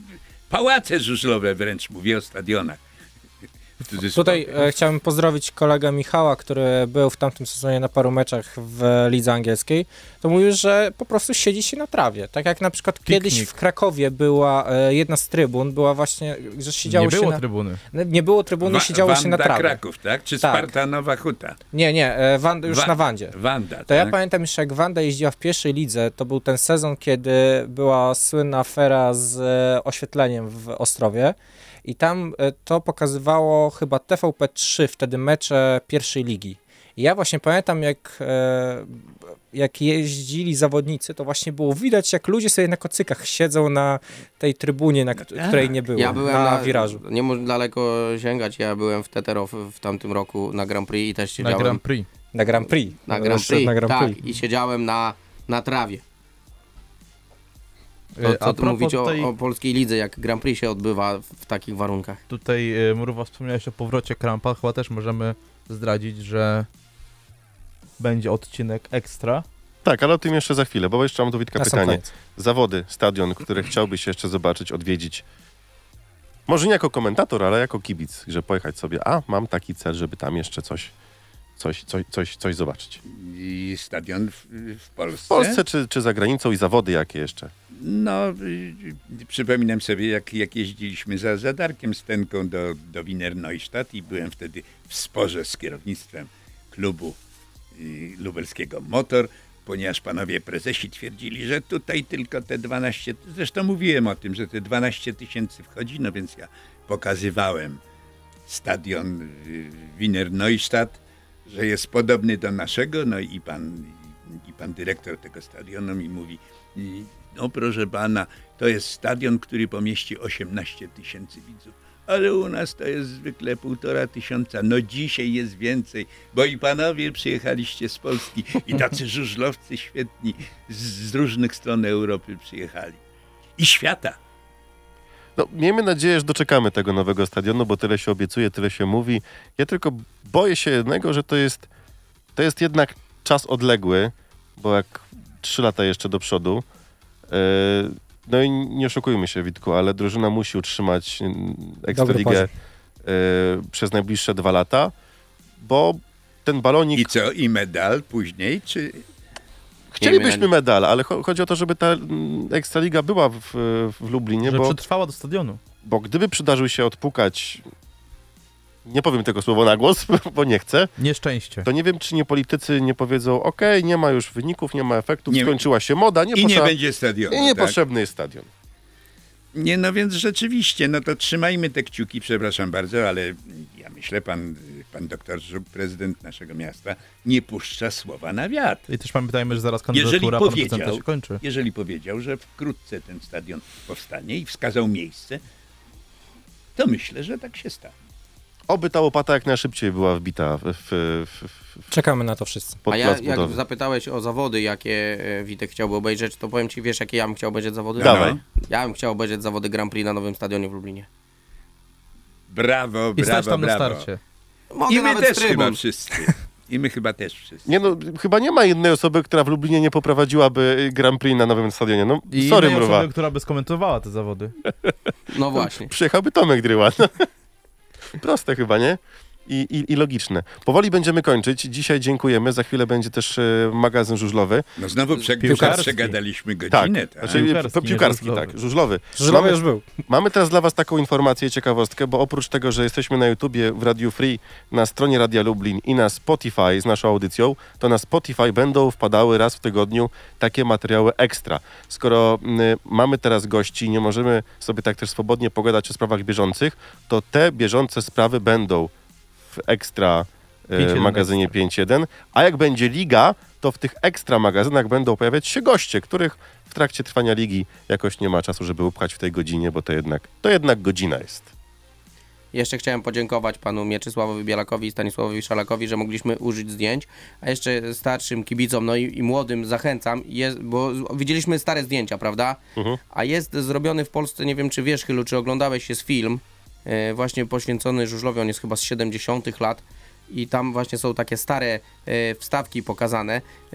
pałace żużlowe, wręcz mówię o stadionach. W cudzysłowie. Tutaj e, chciałem pozdrowić kolegę Michała, który był w tamtym sezonie na paru meczach w lidze angielskiej. To mówił, że po prostu siedzi się na trawie. Tak jak na przykład kiedyś Piknik. w Krakowie była e, jedna z trybun, była właśnie, że siedziało nie się było na... trybuny. Nie było trybuny, Wa- siedziało się na Wanda trawie. Kraków, tak? Czy Tak. Spartanowa Huta? Nie, nie, e, Wanda, już Wa- na Wandzie. Wanda, To tak? ja pamiętam jeszcze, jak Wanda jeździła w pierwszej lidze, to był ten sezon, kiedy była słynna afera z e, oświetleniem w Ostrowie i tam e, to pokazywało chyba T V P trzy, wtedy mecze pierwszej ligi. I ja właśnie pamiętam, jak, e, jak jeździli zawodnicy, to właśnie było widać, jak ludzie sobie na kocykach siedzą na tej trybunie, na k- tak. której nie było, Ja byłem na, na, wirażu. Nie można daleko sięgać, ja byłem w Teterow w tamtym roku na Grand Prix i też Na siedziałem Grand Prix. Na Grand Prix. na No, Grand jeszcze Prix, na Grand tak, Prix. i siedziałem na, na trawie. To, Y, co a tu propos mówić o, tutaj- o polskiej lidze, jak Grand Prix się odbywa w, w takich warunkach? Tutaj y, Mruwa wspomniałeś o powrocie Krampa, chyba też możemy zdradzić, że będzie odcinek ekstra. Tak, ale o tym jeszcze za chwilę, bo jeszcze mam do Witka Na sam pytanie. koniec. Zawody, stadion, które chciałbyś jeszcze zobaczyć, odwiedzić. Może nie jako komentator, ale jako kibic, że pojechać sobie, a mam taki cel, żeby tam jeszcze coś, coś, coś, coś, coś zobaczyć. I stadion w, w Polsce. W Polsce czy, czy za granicą i zawody jakie jeszcze? No, y, y, przypominam sobie, jak, jak jeździliśmy za, za Darkiem Stenką do, do Wiener Neustadt i byłem wtedy w sporze z kierownictwem klubu y, lubelskiego Motor, ponieważ panowie prezesi twierdzili, że tutaj tylko te dwanaście, zresztą mówiłem o tym, że te dwanaście tysięcy wchodzi, no więc ja pokazywałem stadion y, Wiener Neustadt, że jest podobny do naszego, no i pan, i pan dyrektor tego stadionu mi mówi, i, no proszę pana, to jest stadion, który pomieści osiemnaście tysięcy widzów, ale u nas to jest zwykle półtora tysiąca, no dzisiaj jest więcej, bo i panowie przyjechaliście z Polski i tacy żużlowcy świetni z, z różnych stron Europy przyjechali i świata. No, miejmy nadzieję, że doczekamy tego nowego stadionu, bo tyle się obiecuje, tyle się mówi. Ja tylko boję się jednego, że to jest, to jest jednak czas odległy, bo jak trzy lata jeszcze do przodu. Yy, no i nie oszukujmy się, Witku, ale drużyna musi utrzymać yy, Ekstraligę poziom. yy, przez najbliższe dwa lata, bo ten balonik... I co, i medal później, czy... Chcielibyśmy medal, ale cho- chodzi o to, żeby ta mm, Ekstraliga była w, w Lublinie, Że bo... przetrwała do stadionu. Bo gdyby przydarzył się odpukać, nie powiem tego słowa na głos, bo nie chcę, Nieszczęście. to nie wiem, czy nie politycy nie powiedzą, okej, nie ma już wyników, nie ma efektów, Nie- skończyła się moda, nie I nie potrzeba, będzie stadionu, i tak? niepotrzebny jest stadion. Nie, no więc rzeczywiście, no to trzymajmy te kciuki, przepraszam bardzo, ale ja myślę, pan, pan doktor Żuk, prezydent naszego miasta, nie puszcza słowa na wiatr. I też pamiętajmy, że zaraz Jeżeli kandydatura pana powiedział, prezydenta się kończy. jeżeli powiedział, że wkrótce ten stadion powstanie i wskazał miejsce, to myślę, że tak się stanie. Oby ta łopata jak najszybciej była wbita w, w, w, w Czekamy na to wszyscy. pod A ja, plac jak budowy. zapytałeś o zawody, jakie e, Witek chciałby obejrzeć, to powiem ci, wiesz, jakie ja bym chciał obejrzeć zawody? Dawaj. Ja bym chciał obejrzeć zawody Grand Prix na nowym stadionie w Lublinie. Brawo, I stać brawo, tam na brawo. starcie. Mogę I my nawet też z trybun. chyba wszyscy. I my chyba też wszyscy. Nie no, chyba nie ma jednej osoby, która w Lublinie nie poprowadziłaby Grand Prix na nowym stadionie. No, I sorry, innej mruwa. osoby, która by skomentowała te zawody. No właśnie. Przyjechałby Tomek Dryła. No. Proste chyba, nie? I, i, I logiczne. Powoli będziemy kończyć. Dzisiaj dziękujemy. Za chwilę będzie też e, magazyn żużlowy. No znowu prze, Piłkarski. przegadaliśmy Tak, godzinę, tak? znaczy Piłkarski, piłkarski, nie piłkarski żużlowy. tak, żużlowy. Żużlowy Mamy- już był. Mamy teraz dla was taką informację i ciekawostkę, bo oprócz tego, że jesteśmy na YouTubie, w Radiu Free, na stronie Radia Lublin i na Spotify z naszą audycją, to na Spotify będą wpadały raz w tygodniu takie materiały ekstra. Skoro y, mamy teraz gości i nie możemy sobie tak też swobodnie pogadać o sprawach bieżących, to te bieżące sprawy będą w ekstra y, pięć jeden magazynie ekstra. pięć jeden, a jak będzie liga, to w tych ekstra magazynach będą pojawiać się goście, których w trakcie trwania ligi jakoś nie ma czasu, żeby upchać w tej godzinie, bo to jednak, to jednak godzina jest. Jeszcze chciałem podziękować panu Mieczysławowi Bielakowi i Stanisławowi Szalakowi, że mogliśmy użyć zdjęć, a jeszcze starszym kibicom, no i, i młodym zachęcam, jest, bo z- widzieliśmy stare zdjęcia, prawda? Mhm. A jest zrobiony w Polsce, nie wiem czy wiesz, Chylu, czy oglądałeś, jest film e, właśnie poświęcony żużlowi, on jest chyba z siedemdziesiątych lat i tam właśnie są takie stare e, wstawki pokazane e,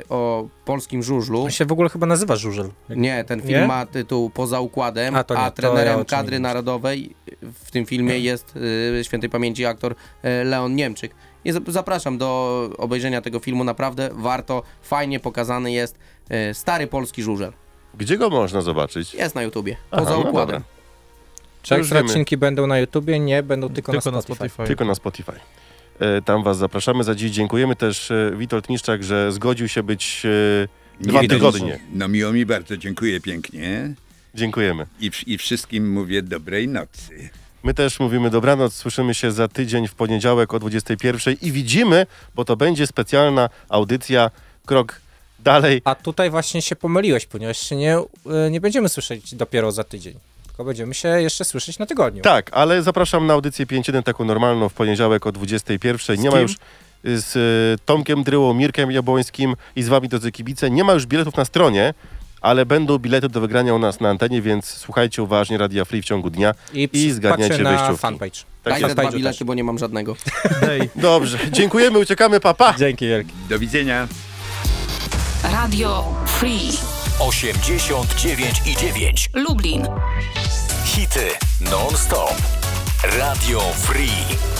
o polskim żużlu. On się w ogóle chyba nazywa Żużel. Nie, ten film Nie? ma tytuł Poza układem, a, A, to nie, to ja trenerem o czym kadry mówisz. narodowej w tym filmie jest y, świętej pamięci aktor y, Leon Niemczyk. I z- zapraszam do obejrzenia tego filmu, naprawdę warto, fajnie pokazany jest y, stary polski żużel. Gdzie go można zobaczyć? Jest na YouTubie, Aha, poza no układem. dobra. Czy już ekstra wiemy. odcinki będą na YouTubie? Nie, będą tylko, Tylko na na Spotify. Spotify. Tylko na Spotify. E, Tam was zapraszamy. Za dziś dziękujemy też e, Witold Niszczak, że zgodził się być e, dwa Nie, no, tygodnie. No miło mi bardzo, dziękuję pięknie Dziękujemy. i, w- i wszystkim mówię dobrej nocy. My też mówimy dobranoc, słyszymy się za tydzień w poniedziałek o dwudziestej pierwszej i widzimy, bo to będzie specjalna audycja, krok dalej. A tutaj właśnie się pomyliłeś, ponieważ się nie, y, nie będziemy słyszeć dopiero za tydzień, tylko będziemy się jeszcze słyszeć na tygodniu. Tak, ale zapraszam na audycję pięć jeden, taką normalną, w poniedziałek o dwudziestej pierwszej. Nie Z ma kim? już z y, Tomkiem Dryłą, Mirkiem Jabłońskim i z wami, drodzy kibice, nie ma już biletów na stronie, ale będą bilety do wygrania u nas na antenie, więc słuchajcie uważnie Radia Free w ciągu dnia I, i zgarniacie patrzę na wejściówki. fanpage. Tak Daj te jest. dwa Fanpage'u bilety, też. bo nie mam żadnego. Hej. Dobrze, dziękujemy, uciekamy, papa. Dzięki wielkie. Do widzenia. Radio Free osiemdziesiąt dziewięć i dziewięć. Lublin. Hity non-stop. Radio Free.